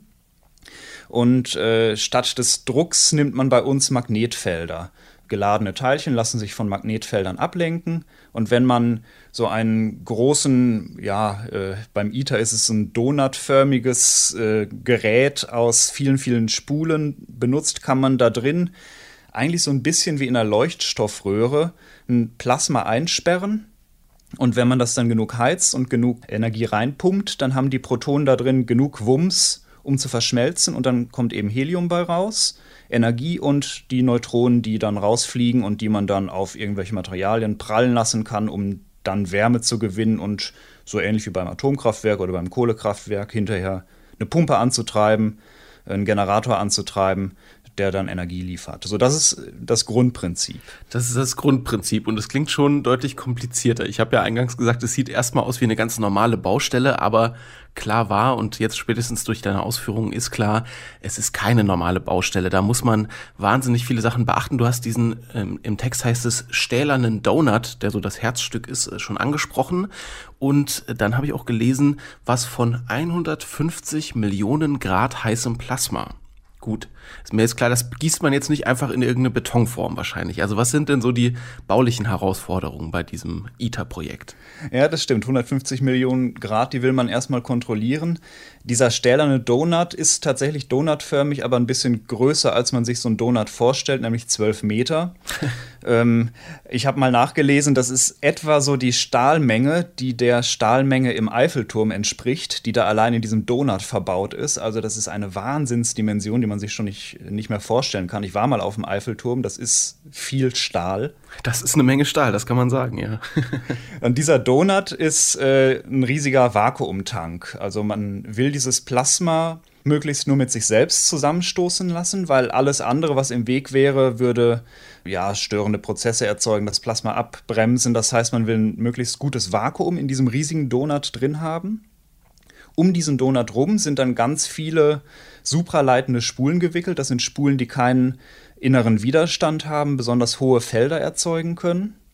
D: Und äh, statt des Drucks nimmt man bei uns Magnetfelder. Geladene Teilchen lassen sich von Magnetfeldern ablenken. Und wenn man so einen großen, ja, äh, beim ITER ist es ein donutförmiges äh, Gerät aus vielen, vielen Spulen benutzt, kann man da drin eigentlich so ein bisschen wie in einer Leuchtstoffröhre ein Plasma einsperren. Und wenn man das dann genug heizt und genug Energie reinpumpt, dann haben die Protonen da drin genug Wumms, um zu verschmelzen. Und dann kommt eben Helium bei raus, Energie und die Neutronen, die dann rausfliegen und die man dann auf irgendwelche Materialien prallen lassen kann, um dann Wärme zu gewinnen und so ähnlich wie beim Atomkraftwerk oder beim Kohlekraftwerk hinterher eine Pumpe anzutreiben, einen Generator anzutreiben, der dann Energie liefert. So, das ist das Grundprinzip.
E: Das ist das Grundprinzip und es klingt schon deutlich komplizierter. Ich habe ja eingangs gesagt, es sieht erstmal aus wie eine ganz normale Baustelle, aber klar war und jetzt spätestens durch deine Ausführungen ist klar, es ist keine normale Baustelle. Da muss man wahnsinnig viele Sachen beachten. Du hast diesen, ähm, im Text heißt es, stählernen Donut, der so das Herzstück ist, schon angesprochen. Und dann habe ich auch gelesen, was von hundertfünfzig Millionen Grad heißem Plasma. Gut, ist mir jetzt klar, das gießt man jetzt nicht einfach in irgendeine Betonform wahrscheinlich. Also was sind denn so die baulichen Herausforderungen bei diesem ITER-Projekt?
D: Ja, das stimmt. hundertfünfzig Millionen Grad, die will man erstmal kontrollieren. Dieser stählerne Donut ist tatsächlich donutförmig, aber ein bisschen größer, als man sich so einen Donut vorstellt, nämlich zwölf Meter. ähm, ich habe mal nachgelesen, das ist etwa so die Stahlmenge, die der Stahlmenge im Eiffelturm entspricht, die da allein in diesem Donut verbaut ist. Also das ist eine Wahnsinnsdimension, die man sich schon nicht, nicht mehr vorstellen kann. Ich war mal auf dem Eiffelturm, das ist viel Stahl.
E: Das ist eine Menge Stahl, das kann man sagen, ja.
D: Und dieser Donut ist äh, ein riesiger Vakuumtank. Also man will dieses Plasma möglichst nur mit sich selbst zusammenstoßen lassen, weil alles andere, was im Weg wäre, würde ja, störende Prozesse erzeugen, das Plasma abbremsen. Das heißt, man will ein möglichst gutes Vakuum in diesem riesigen Donut drin haben. Um diesen Donut rum sind dann ganz viele supraleitende Spulen gewickelt. Das sind Spulen, die keinen inneren Widerstand haben, besonders hohe Felder erzeugen können.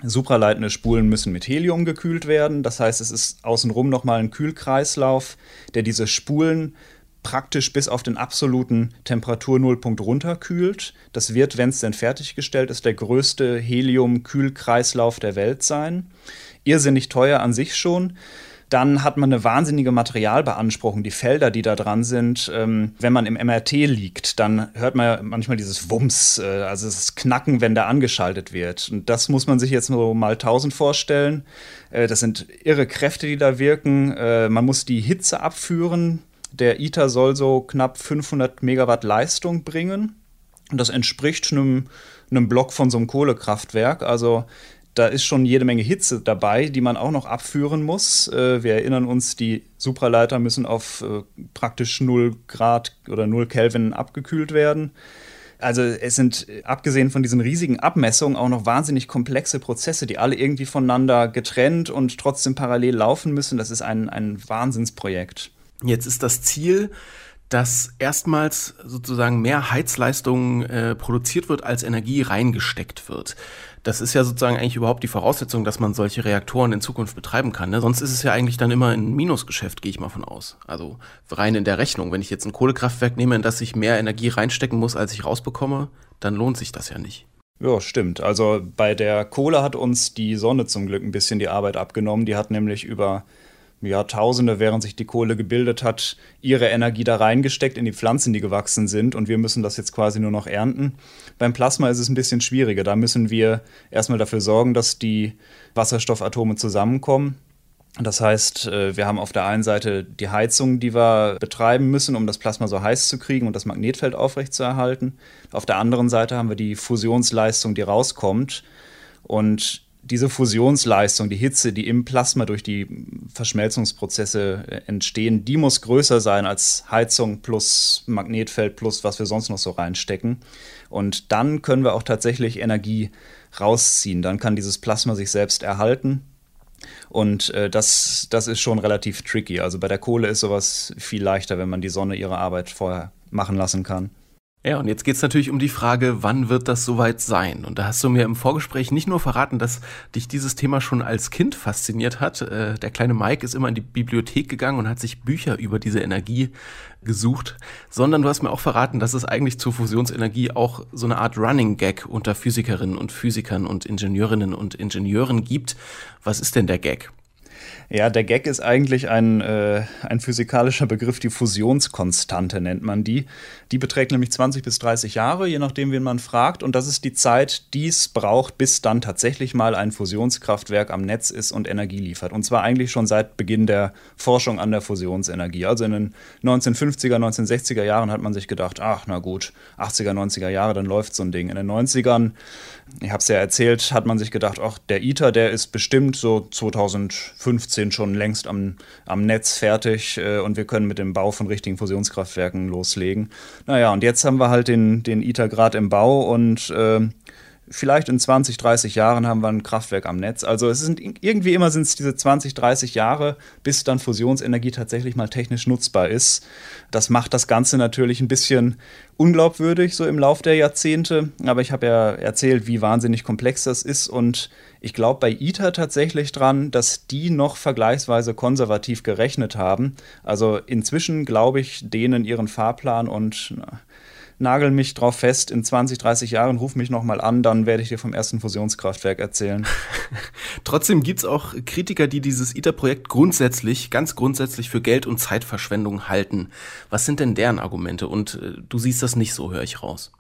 D: Supraleitende Spulen müssen mit Helium gekühlt werden. Das heißt, es ist außenrum nochmal ein Kühlkreislauf, der diese Spulen praktisch bis auf den absoluten Temperaturnullpunkt runterkühlt. Das wird, wenn es denn fertiggestellt ist, der größte Helium-Kühlkreislauf der Welt sein. Irrsinnig teuer an sich schon. Dann hat man eine wahnsinnige Materialbeanspruchung. Die Felder, die da dran sind, ähm, wenn man im M R T liegt, dann hört man manchmal dieses Wumms, äh, also das Knacken, wenn der angeschaltet wird. Und das muss man sich jetzt nur mal tausend vorstellen. Äh, das sind irre Kräfte, die da wirken. Äh, man muss die Hitze abführen. Der ITER soll so knapp fünfhundert Megawatt Leistung bringen. Und das entspricht einem, einem Block von so einem Kohlekraftwerk. Also da ist schon jede Menge Hitze dabei, die man auch noch abführen muss. Äh, wir erinnern uns, die Supraleiter müssen auf äh, praktisch null Grad oder null Kelvin abgekühlt werden. Also es sind, abgesehen von diesen riesigen Abmessungen, auch noch wahnsinnig komplexe Prozesse, die alle irgendwie voneinander getrennt und trotzdem parallel laufen müssen. Das ist ein, ein Wahnsinnsprojekt.
E: Jetzt ist das Ziel, dass erstmals sozusagen mehr Heizleistung äh, produziert wird, als Energie reingesteckt wird. Das ist ja sozusagen eigentlich überhaupt die Voraussetzung, dass man solche Reaktoren in Zukunft betreiben kann. Ne? Sonst ist es ja eigentlich dann immer ein Minusgeschäft, gehe ich mal von aus. Also rein in der Rechnung. Wenn ich jetzt ein Kohlekraftwerk nehme, in das ich mehr Energie reinstecken muss, als ich rausbekomme, dann lohnt sich das ja nicht.
D: Ja, stimmt. Also bei der Kohle hat uns die Sonne zum Glück ein bisschen die Arbeit abgenommen. Die hat nämlich über Jahrtausende, während sich die Kohle gebildet hat, ihre Energie da reingesteckt in die Pflanzen, die gewachsen sind, und wir müssen das jetzt quasi nur noch ernten. Beim Plasma ist es ein bisschen schwieriger. Da müssen wir erstmal dafür sorgen, dass die Wasserstoffatome zusammenkommen. Das heißt, wir haben auf der einen Seite die Heizung, die wir betreiben müssen, um das Plasma so heiß zu kriegen und das Magnetfeld aufrechtzuerhalten. Auf der anderen Seite haben wir die Fusionsleistung, die rauskommt, und diese Fusionsleistung, die Hitze, die im Plasma durch die Verschmelzungsprozesse entstehen, die muss größer sein als Heizung plus Magnetfeld plus was wir sonst noch so reinstecken. Und dann können wir auch tatsächlich Energie rausziehen. Dann kann dieses Plasma sich selbst erhalten. Und äh, das, das ist schon relativ tricky. Also bei der Kohle ist sowas viel leichter, wenn man die Sonne ihre Arbeit vorher machen lassen kann.
E: Ja, und jetzt geht's natürlich um die Frage, wann wird das soweit sein? Und da hast du mir im Vorgespräch nicht nur verraten, dass dich dieses Thema schon als Kind fasziniert hat. Äh, der kleine Mike ist immer in die Bibliothek gegangen und hat sich Bücher über diese Energie gesucht, sondern du hast mir auch verraten, dass es eigentlich zur Fusionsenergie auch so eine Art Running Gag unter Physikerinnen und Physikern und Ingenieurinnen und Ingenieuren gibt. Was ist denn der Gag?
D: Ja, der Gag ist eigentlich ein, äh, ein physikalischer Begriff, die Fusionskonstante nennt man die. Die beträgt nämlich zwanzig bis dreißig Jahre, je nachdem, wen man fragt. Und das ist die Zeit, die es braucht, bis dann tatsächlich mal ein Fusionskraftwerk am Netz ist und Energie liefert. Und zwar eigentlich schon seit Beginn der Forschung an der Fusionsenergie. Also in den neunzehnhundertfünfziger, neunzehnhundertsechziger Jahren hat man sich gedacht, ach na gut, achtziger, neunziger Jahre, dann läuft so ein Ding. In den neunzigern, ich habe es ja erzählt, hat man sich gedacht, ach, der ITER, der ist bestimmt so zweitausendfünfzehn schon längst am, am Netz fertig äh, und wir können mit dem Bau von richtigen Fusionskraftwerken loslegen. Naja, und jetzt haben wir halt den, den ITER gerade im Bau und äh, vielleicht in zwanzig, dreißig Jahren haben wir ein Kraftwerk am Netz. Also es sind irgendwie immer sind es diese zwanzig, dreißig Jahre, bis dann Fusionsenergie tatsächlich mal technisch nutzbar ist. Das macht das Ganze natürlich ein bisschen unglaubwürdig so im Lauf der Jahrzehnte. Aber ich habe ja erzählt, wie wahnsinnig komplex das ist. Und ich glaube bei ITER tatsächlich dran, dass die noch vergleichsweise konservativ gerechnet haben. Also inzwischen glaube ich denen ihren Fahrplan und na, nagel mich drauf fest, in zwanzig, dreißig Jahren ruf mich nochmal an, dann werde ich dir vom ersten Fusionskraftwerk erzählen.
E: Trotzdem gibt es auch Kritiker, die dieses ITER-Projekt grundsätzlich, ganz grundsätzlich für Geld- und Zeitverschwendung halten. Was sind denn deren Argumente? Und äh, du siehst das nicht so, höre ich raus.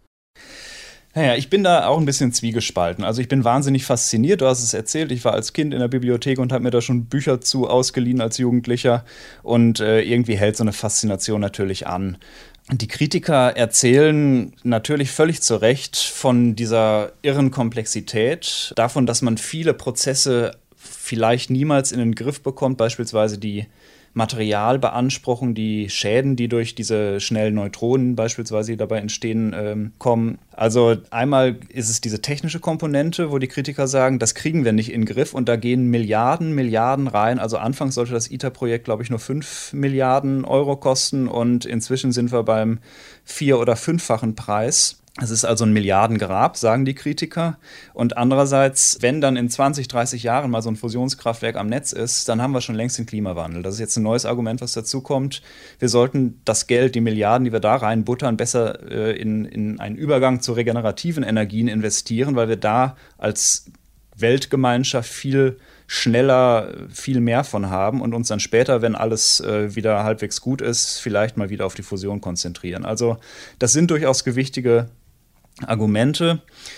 D: Naja, ich bin da auch ein bisschen zwiegespalten. Also ich bin wahnsinnig fasziniert, du hast es erzählt, ich war als Kind in der Bibliothek und habe mir da schon Bücher zu ausgeliehen als Jugendlicher und äh, irgendwie hält so eine Faszination natürlich an. Die Kritiker erzählen natürlich völlig zu Recht von dieser irren Komplexität, davon, dass man viele Prozesse vielleicht niemals in den Griff bekommt, beispielsweise die Materialbeanspruchung, die Schäden, die durch diese schnellen Neutronen beispielsweise, die dabei entstehen, ähm, kommen. Also einmal ist es diese technische Komponente, wo die Kritiker sagen, das kriegen wir nicht in den Griff und da gehen Milliarden, Milliarden rein. Also anfangs sollte das ITER-Projekt, glaube ich, nur fünf Milliarden Euro kosten und inzwischen sind wir beim vier- oder fünffachen Preis. Es ist also ein Milliardengrab, sagen die Kritiker. Und andererseits, wenn dann in zwanzig, dreißig Jahren mal so ein Fusionskraftwerk am Netz ist, dann haben wir schon längst den Klimawandel. Das ist jetzt ein neues Argument, was dazu kommt. Wir sollten das Geld, die Milliarden, die wir da reinbuttern, besser äh, in, in einen Übergang zu regenerativen Energien investieren, weil wir da als Weltgemeinschaft viel schneller, viel mehr von haben und uns dann später, wenn alles äh, wieder halbwegs gut ist, vielleicht mal wieder auf die Fusion konzentrieren. Also das sind durchaus gewichtige Argumente.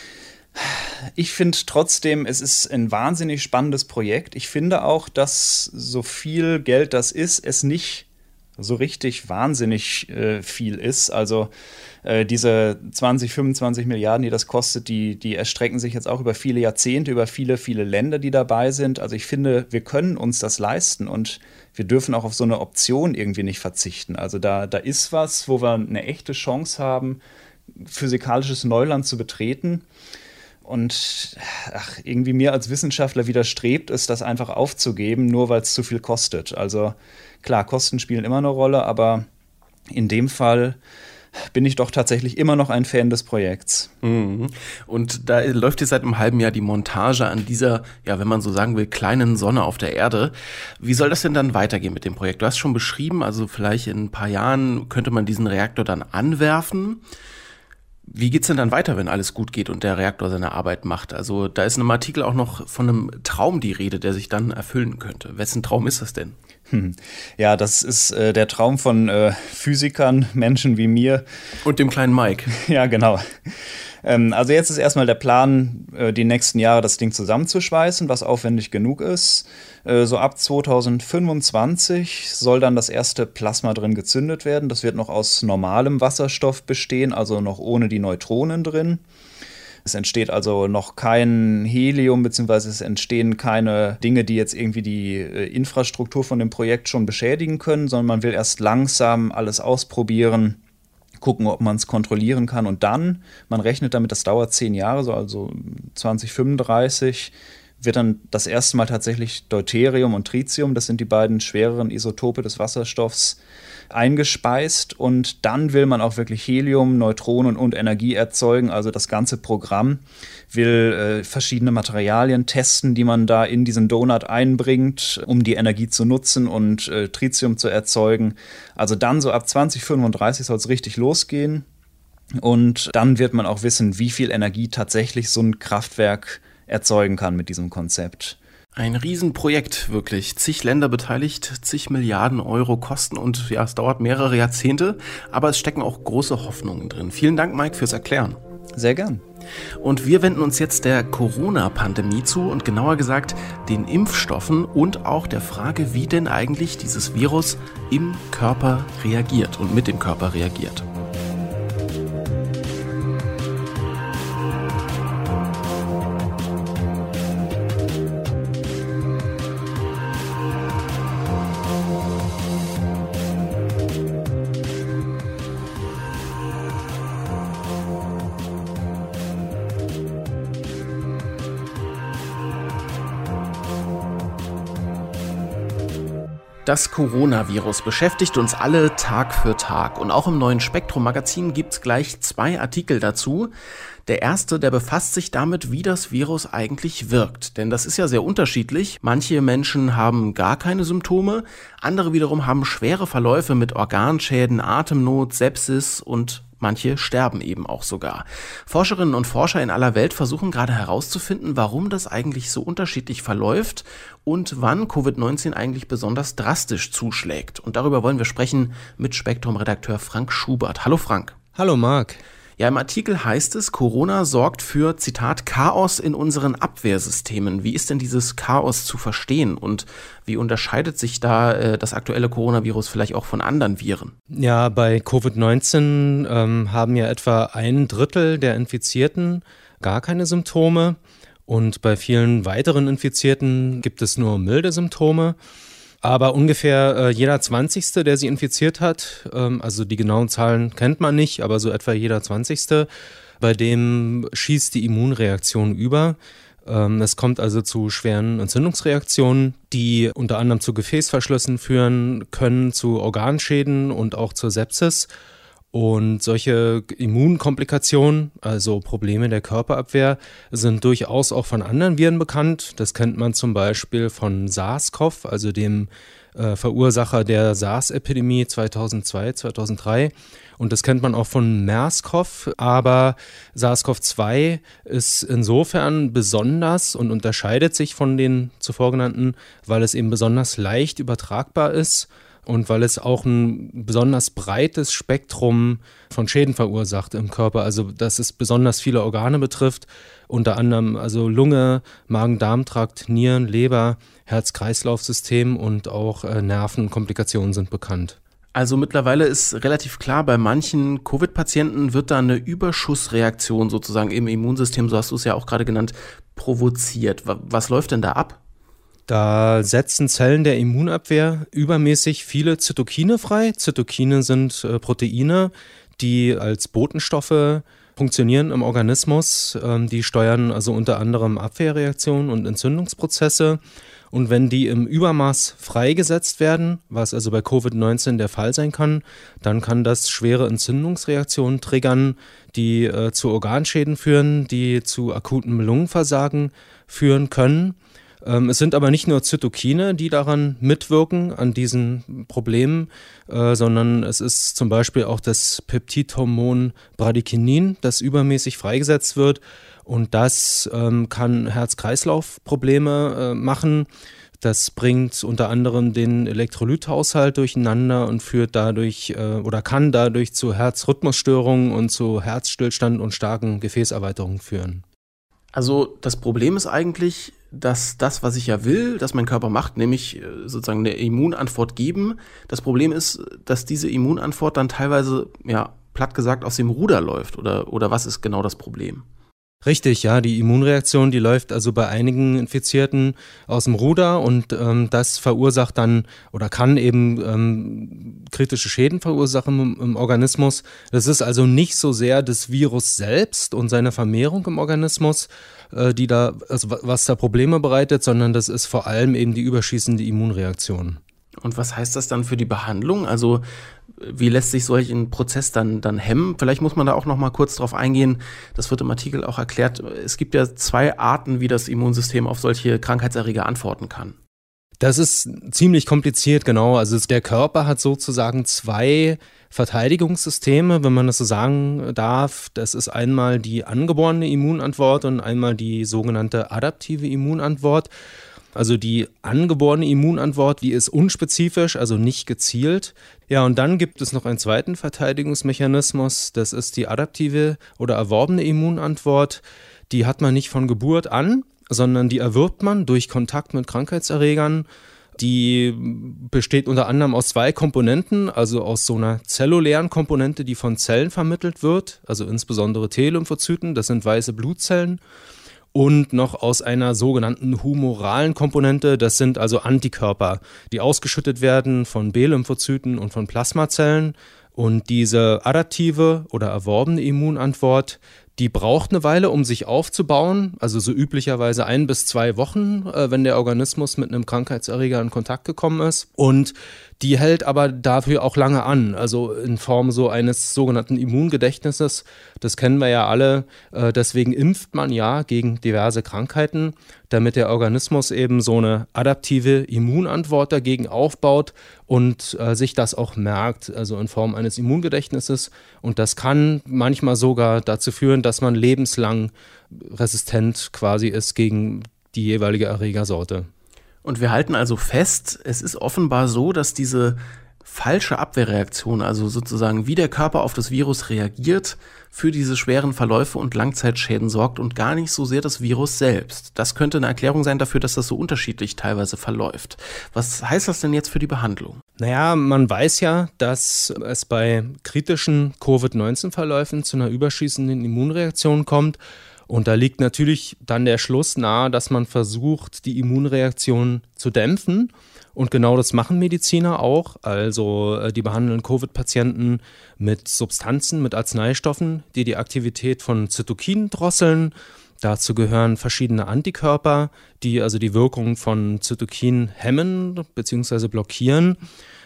D: Ich finde trotzdem, es ist ein wahnsinnig spannendes Projekt. Ich finde auch, dass so viel Geld das ist, es nicht so richtig wahnsinnig äh, viel ist. Also äh, diese zwanzig, fünfundzwanzig Milliarden, die das kostet, die, die erstrecken sich jetzt auch über viele Jahrzehnte, über viele, viele Länder, die dabei sind. Also ich finde, wir können uns das leisten und wir dürfen auch auf so eine Option irgendwie nicht verzichten. Also da, da ist was, wo wir eine echte Chance haben, physikalisches Neuland zu betreten. Und ach, irgendwie mir als Wissenschaftler widerstrebt es, das einfach aufzugeben, nur weil es zu viel kostet. Also klar, Kosten spielen immer eine Rolle, aber in dem Fall bin ich doch tatsächlich immer noch ein Fan des Projekts.
E: Mhm. Und da läuft jetzt seit einem halben Jahr die Montage an dieser, ja, wenn man so sagen will, kleinen Sonne auf der Erde. Wie soll das denn dann weitergehen mit dem Projekt? Du hast schon beschrieben, also vielleicht in ein paar Jahren könnte man diesen Reaktor dann anwerfen. Wie geht's denn dann weiter, wenn alles gut geht und der Reaktor seine Arbeit macht? Also da ist in einem Artikel auch noch von einem Traum die Rede, der sich dann erfüllen könnte. Wessen Traum ist das denn?
D: Hm. Ja, das ist äh, der Traum von äh, Physikern, Menschen wie mir.
E: Und dem kleinen Mike.
D: Ja, genau. Ähm, also jetzt ist erstmal der Plan, äh, die nächsten Jahre das Ding zusammenzuschweißen, was aufwendig genug ist. Äh, so ab zweitausendfünfundzwanzig soll dann das erste Plasma drin gezündet werden. Das wird noch aus normalem Wasserstoff bestehen, also noch ohne die Neutronen drin. Es entsteht also noch kein Helium, beziehungsweise es entstehen keine Dinge, die jetzt irgendwie die äh, Infrastruktur von dem Projekt schon beschädigen können, sondern man will erst langsam alles ausprobieren, gucken, ob man es kontrollieren kann. Und dann, man rechnet damit, das dauert zehn Jahre, so also zwanzig fünfunddreißig, wird dann das erste Mal tatsächlich Deuterium und Tritium, das sind die beiden schwereren Isotope des Wasserstoffs, eingespeist. Und dann will man auch wirklich Helium, Neutronen und Energie erzeugen. Also das ganze Programm will äh, verschiedene Materialien testen, die man da in diesen Donut einbringt, um die Energie zu nutzen und äh, Tritium zu erzeugen. Also dann so ab zwanzig fünfunddreißig soll es richtig losgehen. Und dann wird man auch wissen, wie viel Energie tatsächlich so ein Kraftwerk erzeugen kann mit diesem Konzept.
E: Ein Riesenprojekt, wirklich. Zig Länder beteiligt, zig Milliarden Euro Kosten und ja, es dauert mehrere Jahrzehnte, aber es stecken auch große Hoffnungen drin. Vielen Dank, Mike, fürs Erklären.
D: Sehr gern.
E: Und wir wenden uns jetzt der Corona-Pandemie zu und genauer gesagt den Impfstoffen und auch der Frage, wie denn eigentlich dieses Virus im Körper reagiert und mit dem Körper reagiert. Das Coronavirus beschäftigt uns alle Tag für Tag und auch im neuen Spektrum-Magazin gibt's gleich zwei Artikel dazu. Der erste, der befasst sich damit, wie das Virus eigentlich wirkt, denn das ist ja sehr unterschiedlich. Manche Menschen haben gar keine Symptome, andere wiederum haben schwere Verläufe mit Organschäden, Atemnot, Sepsis und manche sterben eben auch sogar. Forscherinnen und Forscher in aller Welt versuchen gerade herauszufinden, warum das eigentlich so unterschiedlich verläuft und wann Covid neunzehn eigentlich besonders drastisch zuschlägt. Und darüber wollen wir sprechen mit Spektrum-Redakteur Frank Schubert. Hallo Frank.
F: Hallo Marc.
E: Ja, im Artikel heißt es, Corona sorgt für, Zitat, Chaos in unseren Abwehrsystemen. Wie ist denn dieses Chaos zu verstehen und wie unterscheidet sich da äh, das aktuelle Coronavirus vielleicht auch von anderen Viren?
F: Ja, bei Covid neunzehn ähm, haben ja etwa ein Drittel der Infizierten gar keine Symptome und bei vielen weiteren Infizierten gibt es nur milde Symptome. Aber ungefähr äh, jeder Zwanzigste, der sie infiziert hat, ähm, also die genauen Zahlen kennt man nicht, aber so etwa jeder Zwanzigste, bei dem schießt die Immunreaktion über. Ähm, es kommt also zu schweren Entzündungsreaktionen, die unter anderem zu Gefäßverschlüssen führen können, zu Organschäden und auch zur Sepsis. Und solche Immunkomplikationen, also Probleme der Körperabwehr, sind durchaus auch von anderen Viren bekannt. Das kennt man zum Beispiel von SARS-CoV, also dem äh, Verursacher der SARS-Epidemie zweitausendzwei, zweitausenddrei. Und das kennt man auch von MERS-CoV. Aber SARS-CoV zwei ist insofern besonders und unterscheidet sich von den zuvor genannten, weil es eben besonders leicht übertragbar ist. Und weil es auch ein besonders breites Spektrum von Schäden verursacht im Körper, also dass es besonders viele Organe betrifft, unter anderem also Lunge, Magen-Darm-Trakt, Nieren, Leber, Herz-Kreislauf-System und auch äh, Nervenkomplikationen sind bekannt.
E: Also mittlerweile ist relativ klar, bei manchen Covid-Patienten wird da eine Überschussreaktion sozusagen im Immunsystem, so hast du es ja auch gerade genannt, provoziert. Was läuft denn da ab?
F: Da setzen Zellen der Immunabwehr übermäßig viele Zytokine frei. Zytokine sind äh, Proteine, die als Botenstoffe funktionieren im Organismus. Ähm, die steuern also unter anderem Abwehrreaktionen und Entzündungsprozesse. Und wenn die im Übermaß freigesetzt werden, was also bei Covid neunzehn der Fall sein kann, dann kann das schwere Entzündungsreaktionen triggern, die äh, zu Organschäden führen, die zu akutem Lungenversagen führen können. Es sind aber nicht nur Zytokine, die daran mitwirken, an diesen Problemen, äh, sondern es ist zum Beispiel auch das Peptidhormon Bradykinin, das übermäßig freigesetzt wird. Und das ähm, kann Herz-Kreislauf-Probleme äh, machen. Das bringt unter anderem den Elektrolythaushalt durcheinander und führt dadurch äh, oder kann dadurch zu Herzrhythmusstörungen und zu Herzstillstand und starken Gefäßerweiterungen führen.
E: Also das Problem ist eigentlich, dass das, was ich ja will, dass mein Körper macht, nämlich sozusagen eine Immunantwort geben. Das Problem ist, dass diese Immunantwort dann teilweise, ja, platt gesagt, aus dem Ruder läuft. Oder, oder was ist genau das Problem?
F: Richtig, ja, die Immunreaktion, die läuft also bei einigen Infizierten aus dem Ruder und ähm, das verursacht dann oder kann eben ähm, kritische Schäden verursachen im, im Organismus. Das ist also nicht so sehr das Virus selbst und seine Vermehrung im Organismus, äh, die da, also was da Probleme bereitet, sondern das ist vor allem eben die überschießende Immunreaktion.
E: Und was heißt das dann für die Behandlung? Also wie lässt sich solch ein Prozess dann, dann hemmen? Vielleicht muss man da auch noch mal kurz drauf eingehen. Das wird im Artikel auch erklärt. Es gibt ja zwei Arten, wie das Immunsystem auf solche Krankheitserreger antworten kann.
F: Das ist ziemlich kompliziert, genau. Also der Körper hat sozusagen zwei Verteidigungssysteme, wenn man das so sagen darf. Das ist einmal die angeborene Immunantwort und einmal die sogenannte adaptive Immunantwort. Also die angeborene Immunantwort, die ist unspezifisch, also nicht gezielt. Ja, und dann gibt es noch einen zweiten Verteidigungsmechanismus, das ist die adaptive oder erworbene Immunantwort. Die hat man nicht von Geburt an, sondern die erwirbt man durch Kontakt mit Krankheitserregern. Die besteht unter anderem aus zwei Komponenten, also aus so einer zellulären Komponente, die von Zellen vermittelt wird, also insbesondere T-Lymphozyten, das sind weiße Blutzellen. Und noch aus einer sogenannten humoralen Komponente, das sind also Antikörper, die ausgeschüttet werden von B-Lymphozyten und von Plasmazellen. Und diese adaptive oder erworbene Immunantwort, die braucht eine Weile, um sich aufzubauen, also so üblicherweise ein bis zwei Wochen, äh, wenn der Organismus mit einem Krankheitserreger in Kontakt gekommen ist. Und die hält aber dafür auch lange an, also in Form so eines sogenannten Immungedächtnisses. Das kennen wir ja alle. Äh, deswegen impft man ja gegen diverse Krankheiten, damit der Organismus eben so eine adaptive Immunantwort dagegen aufbaut und äh, sich das auch merkt, also in Form eines Immungedächtnisses. Und das kann manchmal sogar dazu führen, dass man lebenslang resistent quasi ist gegen die jeweilige Erregersorte.
E: Und wir halten also fest, es ist offenbar so, dass diese falsche Abwehrreaktion, also sozusagen wie der Körper auf das Virus reagiert, für diese schweren Verläufe und Langzeitschäden sorgt und gar nicht so sehr das Virus selbst. Das könnte eine Erklärung sein dafür, dass das so unterschiedlich teilweise verläuft. Was heißt das denn jetzt für die Behandlung?
F: Naja, man weiß ja, dass es bei kritischen Covid neunzehn Verläufen zu einer überschießenden Immunreaktion kommt. Und da liegt natürlich dann der Schluss nahe, dass man versucht, die Immunreaktion zu dämpfen. Und genau das machen Mediziner auch. Also die behandeln Covid-Patienten mit Substanzen, mit Arzneistoffen, die die Aktivität von Zytokinen drosseln. Dazu gehören verschiedene Antikörper, die also die Wirkung von Zytokinen hemmen bzw. blockieren.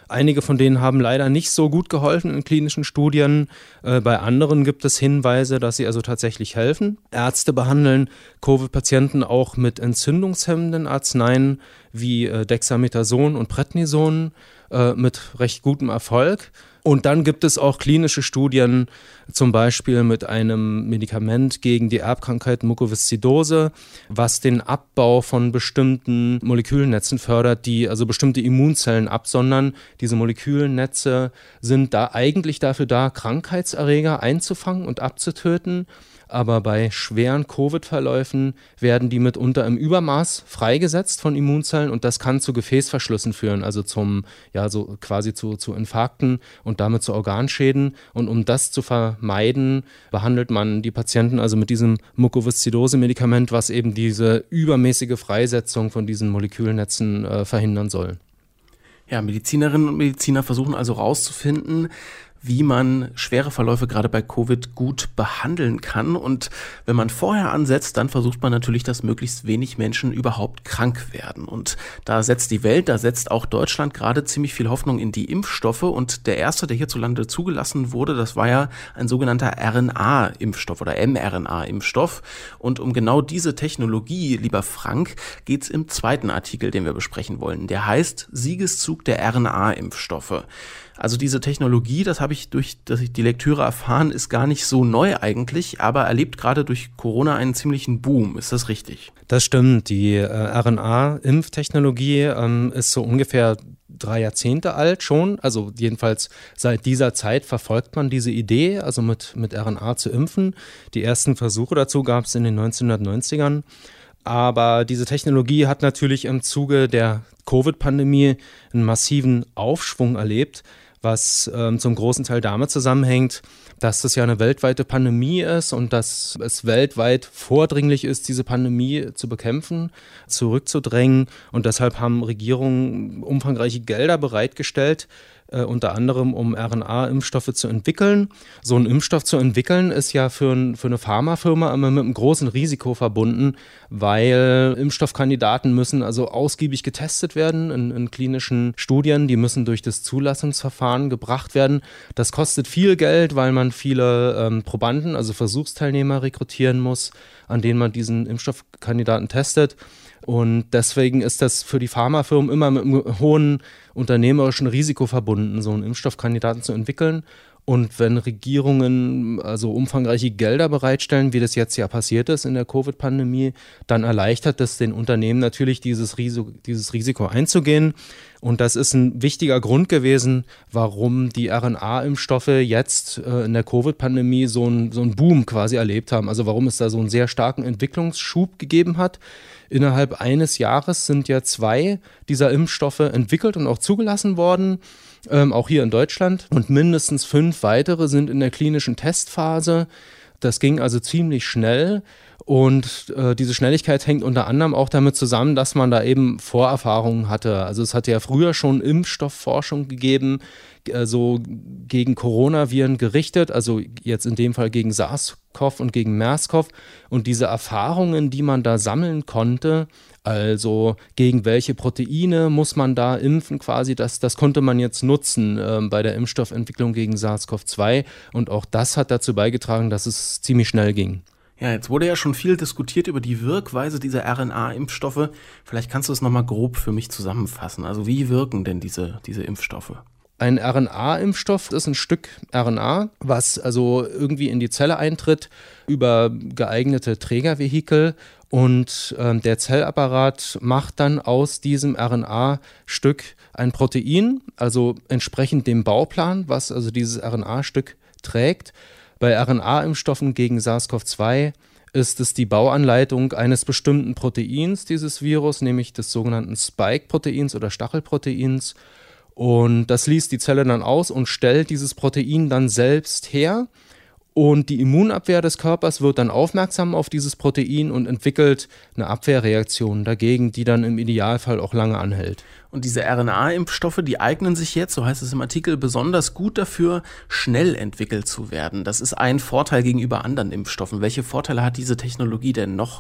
F: Einige von denen haben leider nicht so gut geholfen in klinischen Studien. Äh, bei anderen gibt es Hinweise, dass sie also tatsächlich helfen. Ärzte behandeln Covid-Patienten auch mit entzündungshemmenden Arzneien wie äh, Dexamethason und Prednison äh, mit recht gutem Erfolg. Und dann gibt es auch klinische Studien, zum Beispiel mit einem Medikament gegen die Erbkrankheit Mukoviszidose, was den Abbau von bestimmten Molekülnetzen fördert, die also bestimmte Immunzellen absondern. Diese Molekülnetze sind da eigentlich dafür da, Krankheitserreger einzufangen und abzutöten. Aber bei schweren Covid-Verläufen werden die mitunter im Übermaß freigesetzt von Immunzellen und das kann zu Gefäßverschlüssen führen, also zum, ja, so quasi zu, zu Infarkten und damit zu Organschäden. Und um das zu vermeiden, behandelt man die Patienten also mit diesem Mukoviszidose-Medikament, was eben diese übermäßige Freisetzung von diesen Molekülnetzen äh, verhindern soll.
E: Ja, Medizinerinnen und Mediziner versuchen also rauszufinden, wie man schwere Verläufe gerade bei Covid gut behandeln kann. Und wenn man vorher ansetzt, dann versucht man natürlich, dass möglichst wenig Menschen überhaupt krank werden. Und da setzt die Welt, da setzt auch Deutschland gerade ziemlich viel Hoffnung in die Impfstoffe. Und der erste, der hierzulande zugelassen wurde, das war ja ein sogenannter R N A-Impfstoff oder mRNA-Impfstoff. Und um genau diese Technologie, lieber Frank, geht es im zweiten Artikel, den wir besprechen wollen. Der heißt Siegeszug der R N A-Impfstoffe. Also diese Technologie, das habe ich durch dass ich die Lektüre erfahren, ist gar nicht so neu eigentlich, aber erlebt gerade durch Corona einen ziemlichen Boom. Ist das richtig?
F: Das stimmt. Die äh, R N A-Impftechnologie ähm, ist so ungefähr drei Jahrzehnte alt schon. Also jedenfalls seit dieser Zeit verfolgt man diese Idee, also mit, mit R N A zu impfen. Die ersten Versuche dazu gab es in den neunzehnhundertneunzigern. Aber diese Technologie hat natürlich im Zuge der Covid-Pandemie einen massiven Aufschwung erlebt, was ähm, zum großen Teil damit zusammenhängt, dass das ja eine weltweite Pandemie ist und dass es weltweit vordringlich ist, diese Pandemie zu bekämpfen, zurückzudrängen. Und deshalb haben Regierungen umfangreiche Gelder bereitgestellt, äh, unter anderem um R N A-Impfstoffe zu entwickeln. So einen Impfstoff zu entwickeln ist ja für, ein, für eine Pharmafirma immer mit einem großen Risiko verbunden, weil Impfstoffkandidaten müssen also ausgiebig getestet werden in, in klinischen Studien. Die müssen durch das Zulassungsverfahren gebracht werden. Das kostet viel Geld, weil man viele ähm, Probanden, also Versuchsteilnehmer rekrutieren muss, an denen man diesen Impfstoffkandidaten testet. Und deswegen ist das für die Pharmafirmen immer mit einem hohen unternehmerischen Risiko verbunden, so einen Impfstoffkandidaten zu entwickeln. Und wenn Regierungen also umfangreiche Gelder bereitstellen, wie das jetzt ja passiert ist in der Covid-Pandemie, dann erleichtert es den Unternehmen natürlich, dieses Risiko, dieses Risiko einzugehen. Und das ist ein wichtiger Grund gewesen, warum die R N A-Impfstoffe jetzt äh, in der Covid-Pandemie so einen so einen Boom quasi erlebt haben. Also warum es da so einen sehr starken Entwicklungsschub gegeben hat. Innerhalb eines Jahres sind ja zwei dieser Impfstoffe entwickelt und auch zugelassen worden, ähm, auch hier in Deutschland. Und mindestens fünf weitere sind in der klinischen Testphase. Das ging also ziemlich schnell. Und äh, diese Schnelligkeit hängt unter anderem auch damit zusammen, dass man da eben Vorerfahrungen hatte. Also es hatte ja früher schon Impfstoffforschung gegeben, äh, so gegen Coronaviren gerichtet, also jetzt in dem Fall gegen SARS-CoV und gegen MERS-CoV. Und diese Erfahrungen, die man da sammeln konnte, also gegen welche Proteine muss man da impfen quasi, das, das konnte man jetzt nutzen äh, bei der Impfstoffentwicklung gegen SARS-CoV zwei. Und auch das hat dazu beigetragen, dass es ziemlich schnell ging.
E: Ja, jetzt wurde ja schon viel diskutiert über die Wirkweise dieser R N A-Impfstoffe. Vielleicht kannst du es nochmal grob für mich zusammenfassen. Also wie wirken denn diese, diese Impfstoffe?
F: Ein R N A-Impfstoff ist ein Stück R N A, was also irgendwie in die Zelle eintritt über geeignete Trägervehikel. Und äh, der Zellapparat macht dann aus diesem R N A-Stück ein Protein, also entsprechend dem Bauplan, was also dieses R N A-Stück trägt. Bei R N A-Impfstoffen gegen SARS-CoV zwei ist es die Bauanleitung eines bestimmten Proteins dieses Virus, nämlich des sogenannten Spike-Proteins oder Stachelproteins. Und das liest die Zelle dann aus und stellt dieses Protein dann selbst her. Und die Immunabwehr des Körpers wird dann aufmerksam auf dieses Protein und entwickelt eine Abwehrreaktion dagegen, die dann im Idealfall auch lange anhält.
E: Und diese R N A-Impfstoffe, die eignen sich jetzt, so heißt es im Artikel, besonders gut dafür, schnell entwickelt zu werden. Das ist ein Vorteil gegenüber anderen Impfstoffen. Welche Vorteile hat diese Technologie denn noch?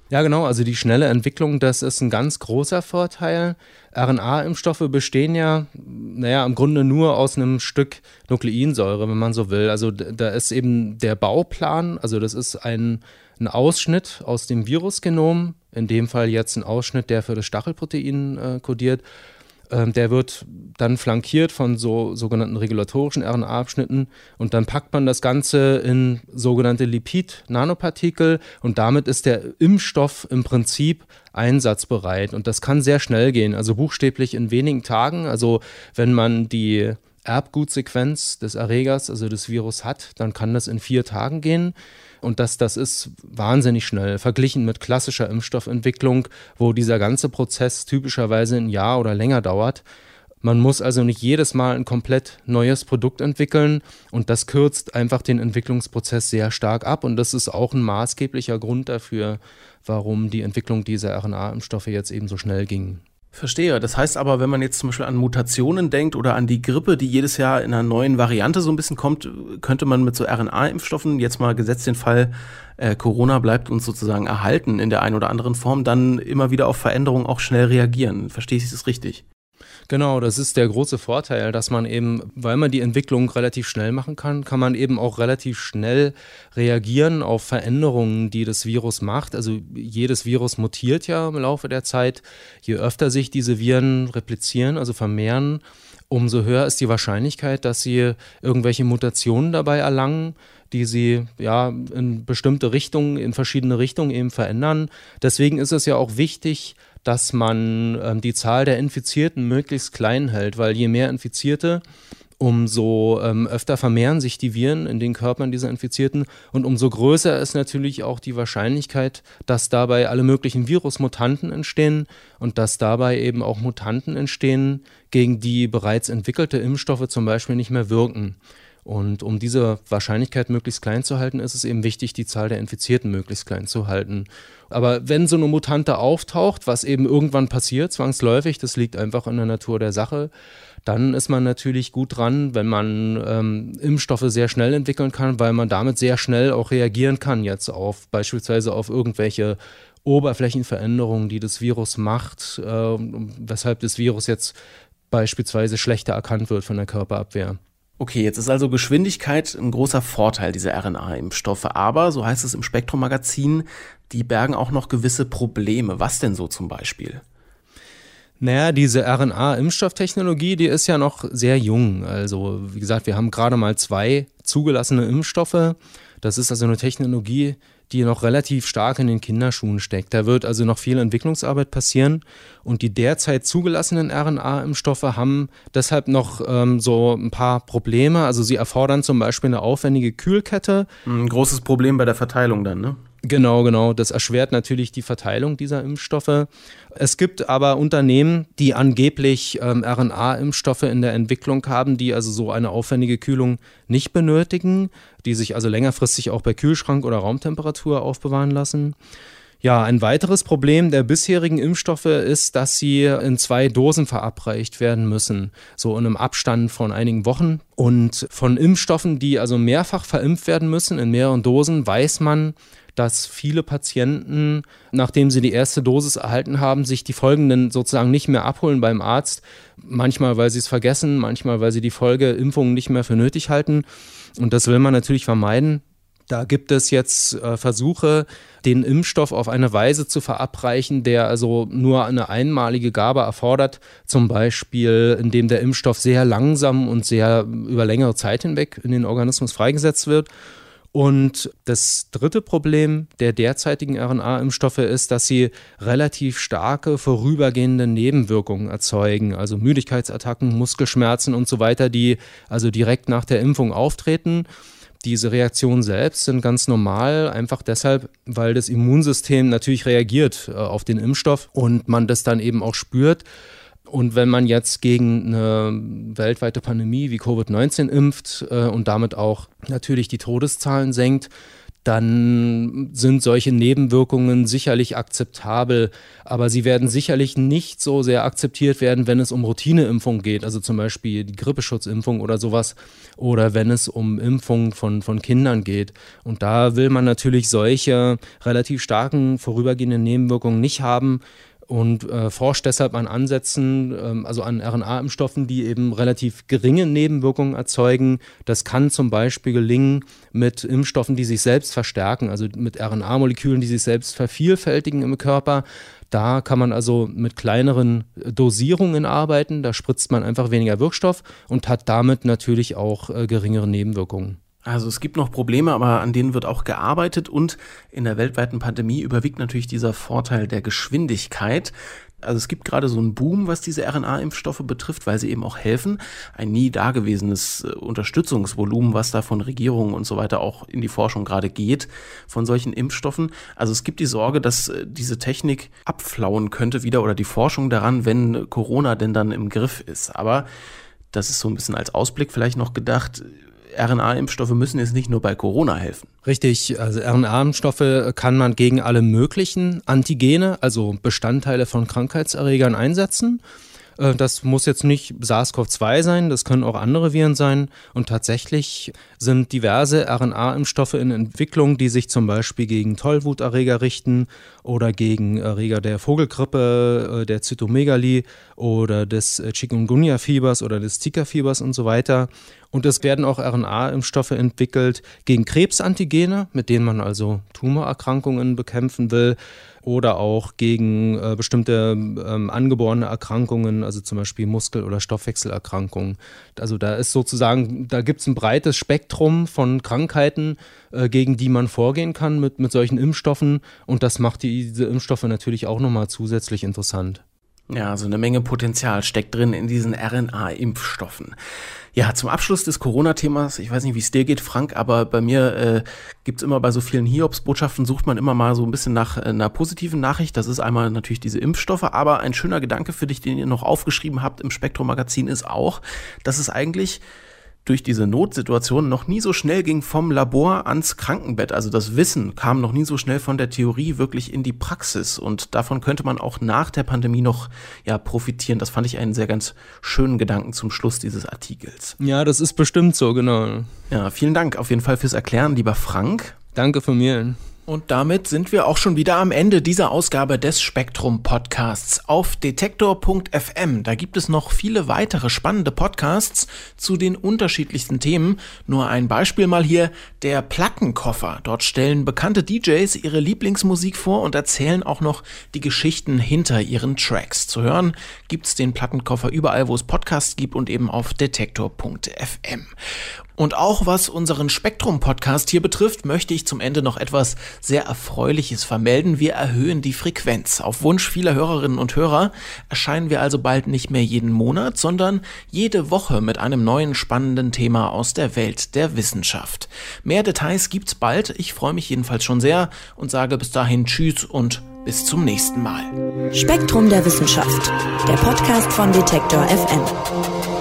F: Ja, genau. Also die schnelle Entwicklung, das ist ein ganz großer Vorteil. R N A-Impfstoffe bestehen ja, naja, im Grunde nur aus einem Stück Nukleinsäure, wenn man so will. Also da ist eben der Bauplan, also das ist ein, ein Ausschnitt aus dem Virusgenom, in dem Fall jetzt ein Ausschnitt, der für das Stachelprotein äh, kodiert. Ähm, der wird dann flankiert von so sogenannten regulatorischen R N A-Abschnitten und dann packt man das Ganze in sogenannte Lipid-Nanopartikel und damit ist der Impfstoff im Prinzip einsatzbereit und das kann sehr schnell gehen, also buchstäblich in wenigen Tagen. Also wenn man die Erbgutsequenz des Erregers, also des Virus hat, dann kann das in vier Tagen gehen. Und das, das ist wahnsinnig schnell, verglichen mit klassischer Impfstoffentwicklung, wo dieser ganze Prozess typischerweise ein Jahr oder länger dauert. Man muss also nicht jedes Mal ein komplett neues Produkt entwickeln und das kürzt einfach den Entwicklungsprozess sehr stark ab. Und das ist auch ein maßgeblicher Grund dafür, warum die Entwicklung dieser R N A-Impfstoffe jetzt eben so schnell ging.
E: Verstehe. Das heißt aber, wenn man jetzt zum Beispiel an Mutationen denkt oder an die Grippe, die jedes Jahr in einer neuen Variante so ein bisschen kommt, könnte man mit so R N A-Impfstoffen, jetzt mal gesetzt den Fall, äh, Corona bleibt uns sozusagen erhalten in der einen oder anderen Form, dann immer wieder auf Veränderungen auch schnell reagieren. Verstehe ich das richtig?
F: Genau, das ist der große Vorteil, dass man eben, weil man die Entwicklung relativ schnell machen kann, kann man eben auch relativ schnell reagieren auf Veränderungen, die das Virus macht. Also jedes Virus mutiert ja im Laufe der Zeit. Je öfter sich diese Viren replizieren, also vermehren, umso höher ist die Wahrscheinlichkeit, dass sie irgendwelche Mutationen dabei erlangen, die sie ja in bestimmte Richtungen, in verschiedene Richtungen eben verändern. Deswegen ist es ja auch wichtig, dass man ähm, die Zahl der Infizierten möglichst klein hält, weil je mehr Infizierte, umso ähm, öfter vermehren sich die Viren in den Körpern dieser Infizierten und umso größer ist natürlich auch die Wahrscheinlichkeit, dass dabei alle möglichen Virusmutanten entstehen und dass dabei eben auch Mutanten entstehen, gegen die bereits entwickelte Impfstoffe zum Beispiel nicht mehr wirken. Und um diese Wahrscheinlichkeit möglichst klein zu halten, ist es eben wichtig, die Zahl der Infizierten möglichst klein zu halten. Aber wenn so eine Mutante auftaucht, was eben irgendwann passiert, zwangsläufig, das liegt einfach in der Natur der Sache, dann ist man natürlich gut dran, wenn man ähm, Impfstoffe sehr schnell entwickeln kann, weil man damit sehr schnell auch reagieren kann jetzt auf beispielsweise auf irgendwelche Oberflächenveränderungen, die das Virus macht, äh, weshalb das Virus jetzt beispielsweise schlechter erkannt wird von der Körperabwehr.
E: Okay, jetzt ist also Geschwindigkeit ein großer Vorteil dieser R N A-Impfstoffe, aber, so heißt es im Spektrum-Magazin, die bergen auch noch gewisse Probleme. Was denn so zum Beispiel?
F: Naja, diese R N A-Impfstofftechnologie, die ist ja noch sehr jung. Also wie gesagt, wir haben gerade mal zwei zugelassene Impfstoffe. Das ist also eine Technologie, die noch relativ stark in den Kinderschuhen steckt. Da wird also noch viel Entwicklungsarbeit passieren und die derzeit zugelassenen R N A-Impfstoffe haben deshalb noch ähm, so ein paar Probleme. Also sie erfordern zum Beispiel eine aufwendige Kühlkette.
E: Ein großes Problem bei der Verteilung dann, ne?
F: Genau, genau. Das erschwert natürlich die Verteilung dieser Impfstoffe. Es gibt aber Unternehmen, die angeblich ähm, R N A-Impfstoffe in der Entwicklung haben, die also so eine aufwendige Kühlung nicht benötigen, die sich also längerfristig auch bei Kühlschrank oder Raumtemperatur aufbewahren lassen. Ja, ein weiteres Problem der bisherigen Impfstoffe ist, dass sie in zwei Dosen verabreicht werden müssen, so in einem Abstand von einigen Wochen. Und von Impfstoffen, die also mehrfach verimpft werden müssen, in mehreren Dosen, weiß man, dass viele Patienten, nachdem sie die erste Dosis erhalten haben, sich die folgenden sozusagen nicht mehr abholen beim Arzt. Manchmal, weil sie es vergessen, manchmal, weil sie die Folgeimpfungen nicht mehr für nötig halten. Und das will man natürlich vermeiden. Da gibt es jetzt äh, Versuche, den Impfstoff auf eine Weise zu verabreichen, der also nur eine einmalige Gabe erfordert, zum Beispiel indem der Impfstoff sehr langsam und sehr über längere Zeit hinweg in den Organismus freigesetzt wird. Und das dritte Problem der derzeitigen R N A-Impfstoffe ist, dass sie relativ starke vorübergehende Nebenwirkungen erzeugen, also Müdigkeitsattacken, Muskelschmerzen und so weiter, die also direkt nach der Impfung auftreten. Diese Reaktionen selbst sind ganz normal, einfach deshalb, weil das Immunsystem natürlich reagiert äh, auf den Impfstoff und man das dann eben auch spürt. Und wenn man jetzt gegen eine weltweite Pandemie wie Covid neunzehn impft äh, und damit auch natürlich die Todeszahlen senkt, dann sind solche Nebenwirkungen sicherlich akzeptabel, aber sie werden sicherlich nicht so sehr akzeptiert werden, wenn es um Routineimpfung geht, also zum Beispiel die Grippeschutzimpfung oder sowas, oder wenn es um Impfung von, von Kindern geht. Und da will man natürlich solche relativ starken vorübergehenden Nebenwirkungen nicht haben. Und äh, forscht deshalb an Ansätzen, ähm, also an R N A-Impfstoffen, die eben relativ geringe Nebenwirkungen erzeugen. Das kann zum Beispiel gelingen mit Impfstoffen, die sich selbst verstärken, also mit R N A-Molekülen, die sich selbst vervielfältigen im Körper. Da kann man also mit kleineren Dosierungen arbeiten, da spritzt man einfach weniger Wirkstoff und hat damit natürlich auch äh, geringere Nebenwirkungen.
E: Also es gibt noch Probleme, aber an denen wird auch gearbeitet und in der weltweiten Pandemie überwiegt natürlich dieser Vorteil der Geschwindigkeit. Also es gibt gerade so einen Boom, was diese R N A-Impfstoffe betrifft, weil sie eben auch helfen. Ein nie dagewesenes Unterstützungsvolumen, was da von Regierungen und so weiter auch in die Forschung gerade geht, von solchen Impfstoffen. Also es gibt die Sorge, dass diese Technik abflauen könnte wieder oder die Forschung daran, wenn Corona denn dann im Griff ist. Aber das ist so ein bisschen als Ausblick vielleicht noch gedacht. R N A-Impfstoffe müssen jetzt nicht nur bei Corona helfen.
F: Richtig, also R N A-Impfstoffe kann man gegen alle möglichen Antigene, also Bestandteile von Krankheitserregern einsetzen. Das muss jetzt nicht SARS-C o V zwei sein, das können auch andere Viren sein. Und tatsächlich sind diverse R N A-Impfstoffe in Entwicklung, die sich zum Beispiel gegen Tollwuterreger richten oder gegen Erreger der Vogelgrippe, der Zytomegalie oder des Chikungunya-Fiebers oder des Zika-Fiebers und so weiter. Und es werden auch R N A-Impfstoffe entwickelt gegen Krebsantigene, mit denen man also Tumorerkrankungen bekämpfen will, oder auch gegen äh, bestimmte ähm, angeborene Erkrankungen, also zum Beispiel Muskel- oder Stoffwechselerkrankungen. Also da ist sozusagen, da gibt es ein breites Spektrum von Krankheiten, äh, gegen die man vorgehen kann mit, mit solchen Impfstoffen. Und das macht die, diese Impfstoffe natürlich auch nochmal zusätzlich interessant.
E: Ja, also eine Menge Potenzial steckt drin in diesen R N A-Impfstoffen. Ja, zum Abschluss des Corona-Themas, ich weiß nicht, wie es dir geht, Frank, aber bei mir äh, gibt's immer bei so vielen Hiobsbotschaften, sucht man immer mal so ein bisschen nach äh, einer positiven Nachricht. Das ist einmal natürlich diese Impfstoffe, aber ein schöner Gedanke für dich, den ihr noch aufgeschrieben habt im Spektrum-Magazin, ist auch, dass es eigentlich durch diese Notsituation noch nie so schnell ging vom Labor ans Krankenbett. Also das Wissen kam noch nie so schnell von der Theorie wirklich in die Praxis. Und davon könnte man auch nach der Pandemie noch ja, profitieren. Das fand ich einen sehr ganz schönen Gedanken zum Schluss dieses Artikels.
F: Ja, das ist bestimmt so, genau.
E: Ja, vielen Dank auf jeden Fall fürs Erklären, lieber Frank.
F: Danke von mir.
B: Und damit sind wir auch schon wieder am Ende dieser Ausgabe des Spektrum-Podcasts auf detektor punkt f m. Da gibt es noch viele weitere spannende Podcasts zu den unterschiedlichsten Themen. Nur ein Beispiel mal hier, der Plattenkoffer. Dort stellen bekannte D Js ihre Lieblingsmusik vor und erzählen auch noch die Geschichten hinter ihren Tracks. Zu hören gibt's den Plattenkoffer überall, wo es Podcasts gibt und eben auf detektor punkt f m. Und auch was unseren Spektrum-Podcast hier betrifft, möchte ich zum Ende noch etwas sehr Erfreuliches vermelden. Wir erhöhen die Frequenz. Auf Wunsch vieler Hörerinnen und Hörer erscheinen wir also bald nicht mehr jeden Monat, sondern jede Woche mit einem neuen spannenden Thema aus der Welt der Wissenschaft. Mehr Details gibt's bald. Ich freue mich jedenfalls schon sehr und sage bis dahin Tschüss und bis zum nächsten Mal.
A: Spektrum der Wissenschaft, der Podcast von Detektor F M.